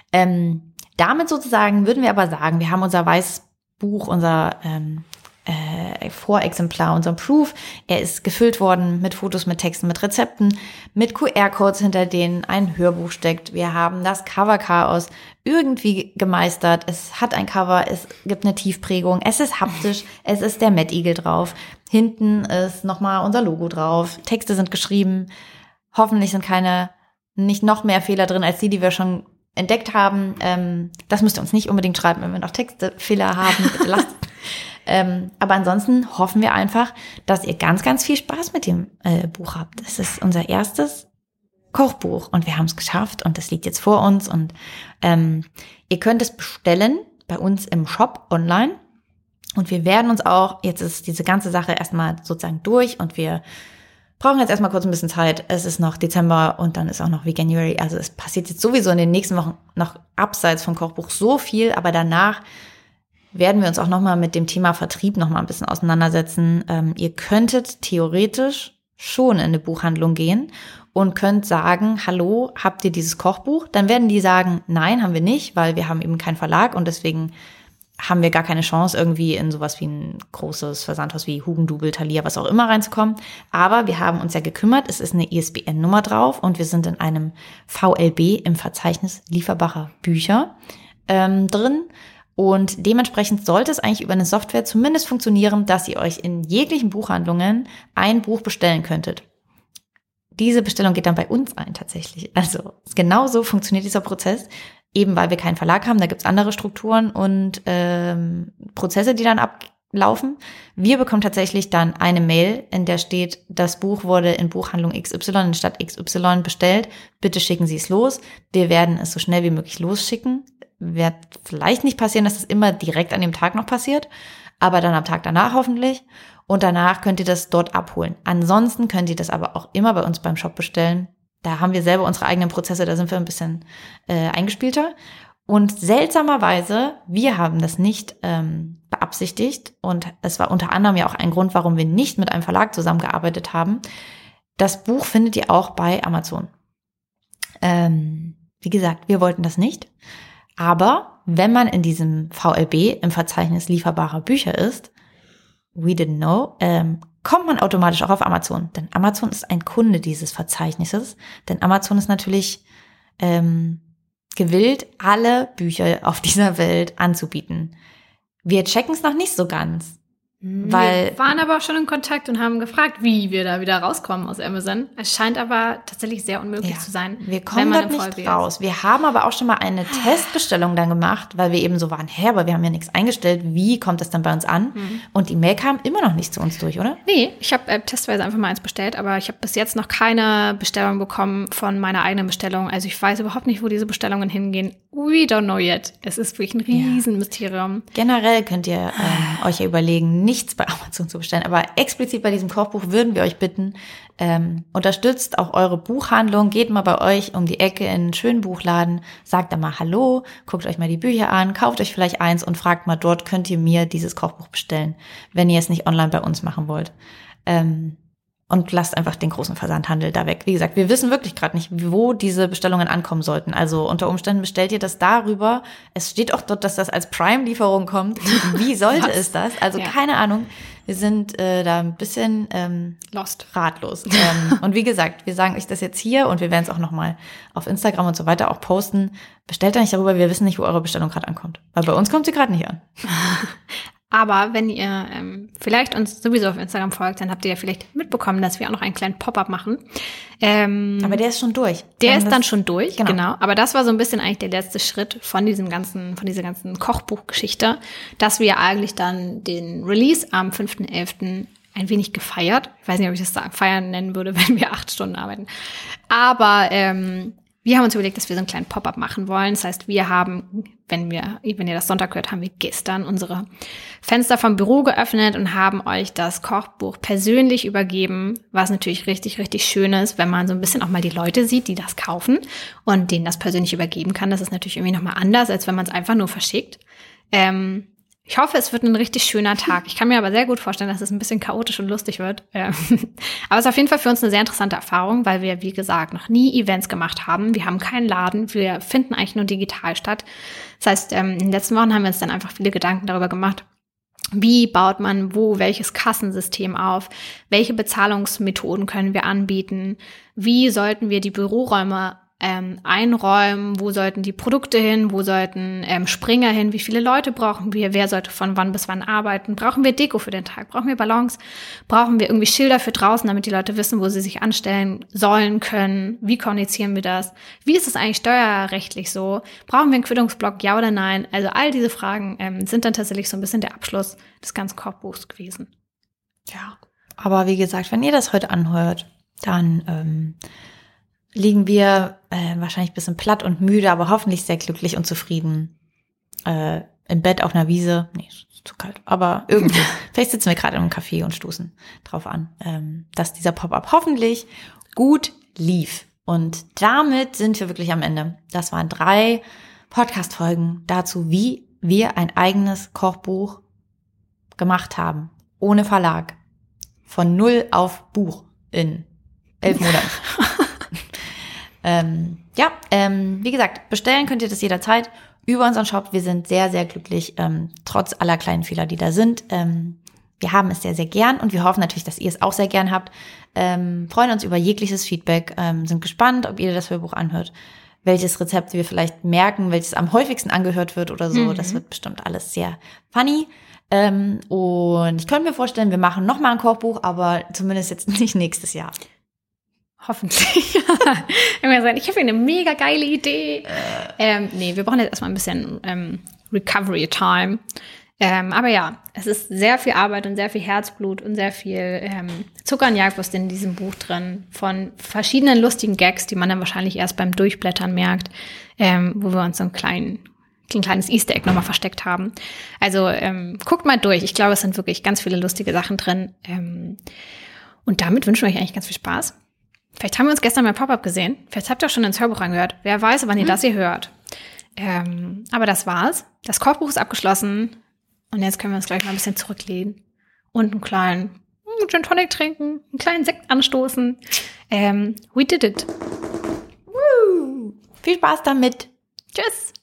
Ähm, damit sozusagen würden wir aber sagen, wir haben unser Weißbuch, unser ähm, äh, Vorexemplar, unser Proof. Er ist gefüllt worden mit Fotos, mit Texten, mit Rezepten, mit Q R-Codes, hinter denen ein Hörbuch steckt. Wir haben das Cover-Chaos irgendwie gemeistert. Es hat ein Cover, es gibt eine Tiefprägung, es ist haptisch, es ist der Mad Eagle drauf. Hinten ist nochmal unser Logo drauf. Texte sind geschrieben. Hoffentlich sind keine, nicht noch mehr Fehler drin als die, die wir schon entdeckt haben. Ähm, das müsst ihr uns nicht unbedingt schreiben, wenn wir noch Textefehler haben. Bitte lasst. ähm, aber ansonsten hoffen wir einfach, dass ihr ganz, ganz viel Spaß mit dem äh, Buch habt. Es ist unser erstes Kochbuch und wir haben es geschafft und das liegt jetzt vor uns und ähm, ihr könnt es bestellen bei uns im Shop online und wir werden uns auch, jetzt ist diese ganze Sache erstmal sozusagen durch und wir brauchen jetzt erstmal kurz ein bisschen Zeit. Es ist noch Dezember und dann ist auch noch Veganuary. Also es passiert jetzt sowieso in den nächsten Wochen noch abseits vom Kochbuch so viel, aber danach werden wir uns auch nochmal mit dem Thema Vertrieb nochmal ein bisschen auseinandersetzen. Ähm, ihr könntet theoretisch schon in eine Buchhandlung gehen und könnt sagen, hallo, habt ihr dieses Kochbuch? Dann werden die sagen, nein, haben wir nicht, weil wir haben eben keinen Verlag und deswegen haben wir gar keine Chance, irgendwie in sowas wie ein großes Versandhaus wie Hugendubel, Thalia, was auch immer reinzukommen. Aber wir haben uns ja gekümmert, es ist eine I S B N-Nummer drauf und wir sind in einem V L B im Verzeichnis lieferbarer Bücher ähm, drin. Und dementsprechend sollte es eigentlich über eine Software zumindest funktionieren, dass ihr euch in jeglichen Buchhandlungen ein Buch bestellen könntet. Diese Bestellung geht dann bei uns ein tatsächlich. Also genau so funktioniert dieser Prozess, eben weil wir keinen Verlag haben. Da gibt's andere Strukturen und ähm, Prozesse, die dann ablaufen. Wir bekommen tatsächlich dann eine Mail, in der steht, das Buch wurde in Buchhandlung X Y in Stadt X Y bestellt. Bitte schicken Sie es los. Wir werden es so schnell wie möglich losschicken. Wird vielleicht nicht passieren, dass es immer direkt an dem Tag noch passiert, aber dann am Tag danach hoffentlich. Und danach könnt ihr das dort abholen. Ansonsten könnt ihr das aber auch immer bei uns beim Shop bestellen. Da haben wir selber unsere eigenen Prozesse, da sind wir ein bisschen äh, eingespielter. Und seltsamerweise, wir haben das nicht ähm, beabsichtigt. Und es war unter anderem ja auch ein Grund, warum wir nicht mit einem Verlag zusammengearbeitet haben. Das Buch findet ihr auch bei Amazon. Ähm, wie gesagt, wir wollten das nicht. Aber wenn man in diesem V L B im Verzeichnis lieferbarer Bücher ist, we didn't know, ähm, kommt man automatisch auch auf Amazon. Denn Amazon ist ein Kunde dieses Verzeichnisses. Denn Amazon ist natürlich ähm, gewillt, alle Bücher auf dieser Welt anzubieten. Wir checken es noch nicht so ganz. Weil wir waren aber auch schon in Kontakt und haben gefragt, wie wir da wieder rauskommen aus Amazon. Es scheint aber tatsächlich sehr unmöglich ja, zu sein. wir kommen dort nicht raus. Wir haben aber auch schon mal eine Testbestellung dann gemacht, weil wir eben so waren, hä, aber wir haben ja nichts eingestellt. Wie kommt das dann bei uns an? Mhm. Und die Mail kam immer noch nicht zu uns durch, oder? Nee, ich habe äh, testweise einfach mal eins bestellt, aber ich habe bis jetzt noch keine Bestellung bekommen von meiner eigenen Bestellung. Also ich weiß überhaupt nicht, wo diese Bestellungen hingehen. We don't know yet. Es ist wirklich ein Riesenmysterium. Ja. Generell könnt ihr ähm, euch ja überlegen, nichts bei Amazon zu bestellen. Aber explizit bei diesem Kochbuch würden wir euch bitten, ähm, unterstützt auch eure Buchhandlung. Geht mal bei euch um die Ecke in einen schönen Buchladen, sagt da mal Hallo, guckt euch mal die Bücher an, kauft euch vielleicht eins und fragt mal, dort könnt ihr mir dieses Kochbuch bestellen, wenn ihr es nicht online bei uns machen wollt. Ähm, Und lasst einfach den großen Versandhandel da weg. Wie gesagt, wir wissen wirklich gerade nicht, wo diese Bestellungen ankommen sollten. Also unter Umständen bestellt ihr das darüber. Es steht auch dort, dass das als Prime-Lieferung kommt. Wie sollte es das? Also ja. Keine Ahnung. Wir sind äh, da ein bisschen ähm, lost, ratlos. ähm, und wie gesagt, wir sagen euch das jetzt hier und wir werden es auch nochmal auf Instagram und so weiter auch posten. Bestellt da nicht darüber, wir wissen nicht, wo eure Bestellung gerade ankommt. Weil bei uns kommt sie gerade nicht an. Aber wenn ihr ähm, vielleicht uns sowieso auf Instagram folgt, dann habt ihr ja vielleicht mitbekommen, dass wir auch noch einen kleinen Pop-up machen. Ähm, Aber der ist schon durch. Der ist dann schon durch, genau. genau. Aber das war so ein bisschen eigentlich der letzte Schritt von diesem ganzen, von dieser ganzen Kochbuchgeschichte, dass wir eigentlich dann den Release am fünften elften ein wenig gefeiert. Ich weiß nicht, ob ich das feiern nennen würde, wenn wir acht Stunden arbeiten. Aber ähm, wir haben uns überlegt, dass wir so einen kleinen Pop-up machen wollen. Das heißt, wir haben, wenn wir, wenn ihr das Sonntag hört, haben wir gestern unsere Fenster vom Büro geöffnet und haben euch das Kochbuch persönlich übergeben, was natürlich richtig, richtig schön ist, wenn man so ein bisschen auch mal die Leute sieht, die das kaufen und denen das persönlich übergeben kann. Das ist natürlich irgendwie nochmal anders, als wenn man es einfach nur verschickt. Ähm, Ich hoffe, es wird ein richtig schöner Tag. Ich kann mir aber sehr gut vorstellen, dass es ein bisschen chaotisch und lustig wird. Aber es ist auf jeden Fall für uns eine sehr interessante Erfahrung, weil wir, wie gesagt, noch nie Events gemacht haben. Wir haben keinen Laden. Wir finden eigentlich nur digital statt. Das heißt, in den letzten Wochen haben wir uns dann einfach viele Gedanken darüber gemacht, wie baut man wo welches Kassensystem auf? Welche Bezahlungsmethoden können wir anbieten? Wie sollten wir die Büroräume Ähm, einräumen, wo sollten die Produkte hin, wo sollten ähm, Springer hin, wie viele Leute brauchen wir, wer sollte von wann bis wann arbeiten, brauchen wir Deko für den Tag, brauchen wir Ballons, brauchen wir irgendwie Schilder für draußen, damit die Leute wissen, wo sie sich anstellen sollen, können, wie kommunizieren wir das, wie ist es eigentlich steuerrechtlich so, brauchen wir einen Quittungsblock, ja oder nein, also all diese Fragen ähm, sind dann tatsächlich so ein bisschen der Abschluss des ganzen Kochbuchs gewesen. Ja, aber wie gesagt, wenn ihr das heute anhört, dann ähm, liegen wir äh, wahrscheinlich ein bisschen platt und müde, aber hoffentlich sehr glücklich und zufrieden äh, im Bett auf einer Wiese. Nee, ist zu kalt, aber irgendwie. Vielleicht sitzen wir gerade in einem Café und stoßen drauf an, ähm, dass dieser Pop-up hoffentlich gut lief. Und damit sind wir wirklich am Ende. Das waren drei Podcast-Folgen dazu, wie wir ein eigenes Kochbuch gemacht haben. Ohne Verlag. Von null auf Buch in elf Monaten. Ähm, ja, ähm, wie gesagt, bestellen könnt ihr das jederzeit über unseren Shop. Wir sind sehr, sehr glücklich, ähm, trotz aller kleinen Fehler, die da sind. Ähm, wir haben es sehr, sehr gern und wir hoffen natürlich, dass ihr es auch sehr gern habt. Ähm, freuen uns über jegliches Feedback, ähm, sind gespannt, ob ihr das Hörbuch anhört, welches Rezept wir vielleicht merken, welches am häufigsten angehört wird oder so. Mhm. Das wird bestimmt alles sehr funny. Ähm, und ich könnte mir vorstellen, wir machen nochmal ein Kochbuch, aber zumindest jetzt nicht nächstes Jahr. Hoffentlich. Ich habe hier eine mega geile Idee. Äh. Ähm, nee, wir brauchen jetzt erstmal ein bisschen ähm, Recovery Time. Ähm, aber ja, es ist sehr viel Arbeit und sehr viel Herzblut und sehr viel ähm, Zucker und Jagdwurst in diesem Buch drin. Von verschiedenen lustigen Gags, die man dann wahrscheinlich erst beim Durchblättern merkt, ähm, wo wir uns so einen kleinen, ein kleines Easter Egg nochmal versteckt haben. Also ähm, guckt mal durch. Ich glaube, es sind wirklich ganz viele lustige Sachen drin. Ähm, und damit wünschen wir euch eigentlich ganz viel Spaß. Vielleicht haben wir uns gestern beim Pop-up gesehen. Vielleicht habt ihr auch schon ins Hörbuch reingehört. Wer weiß, wann ihr mhm. das hier hört. Ähm, aber das war's. Das Kochbuch ist abgeschlossen. Und jetzt können wir uns gleich mal ein bisschen zurücklehnen. Und einen kleinen Gin Tonic trinken. Einen kleinen Sekt anstoßen. Ähm, we did it. Woo. Viel Spaß damit. Tschüss.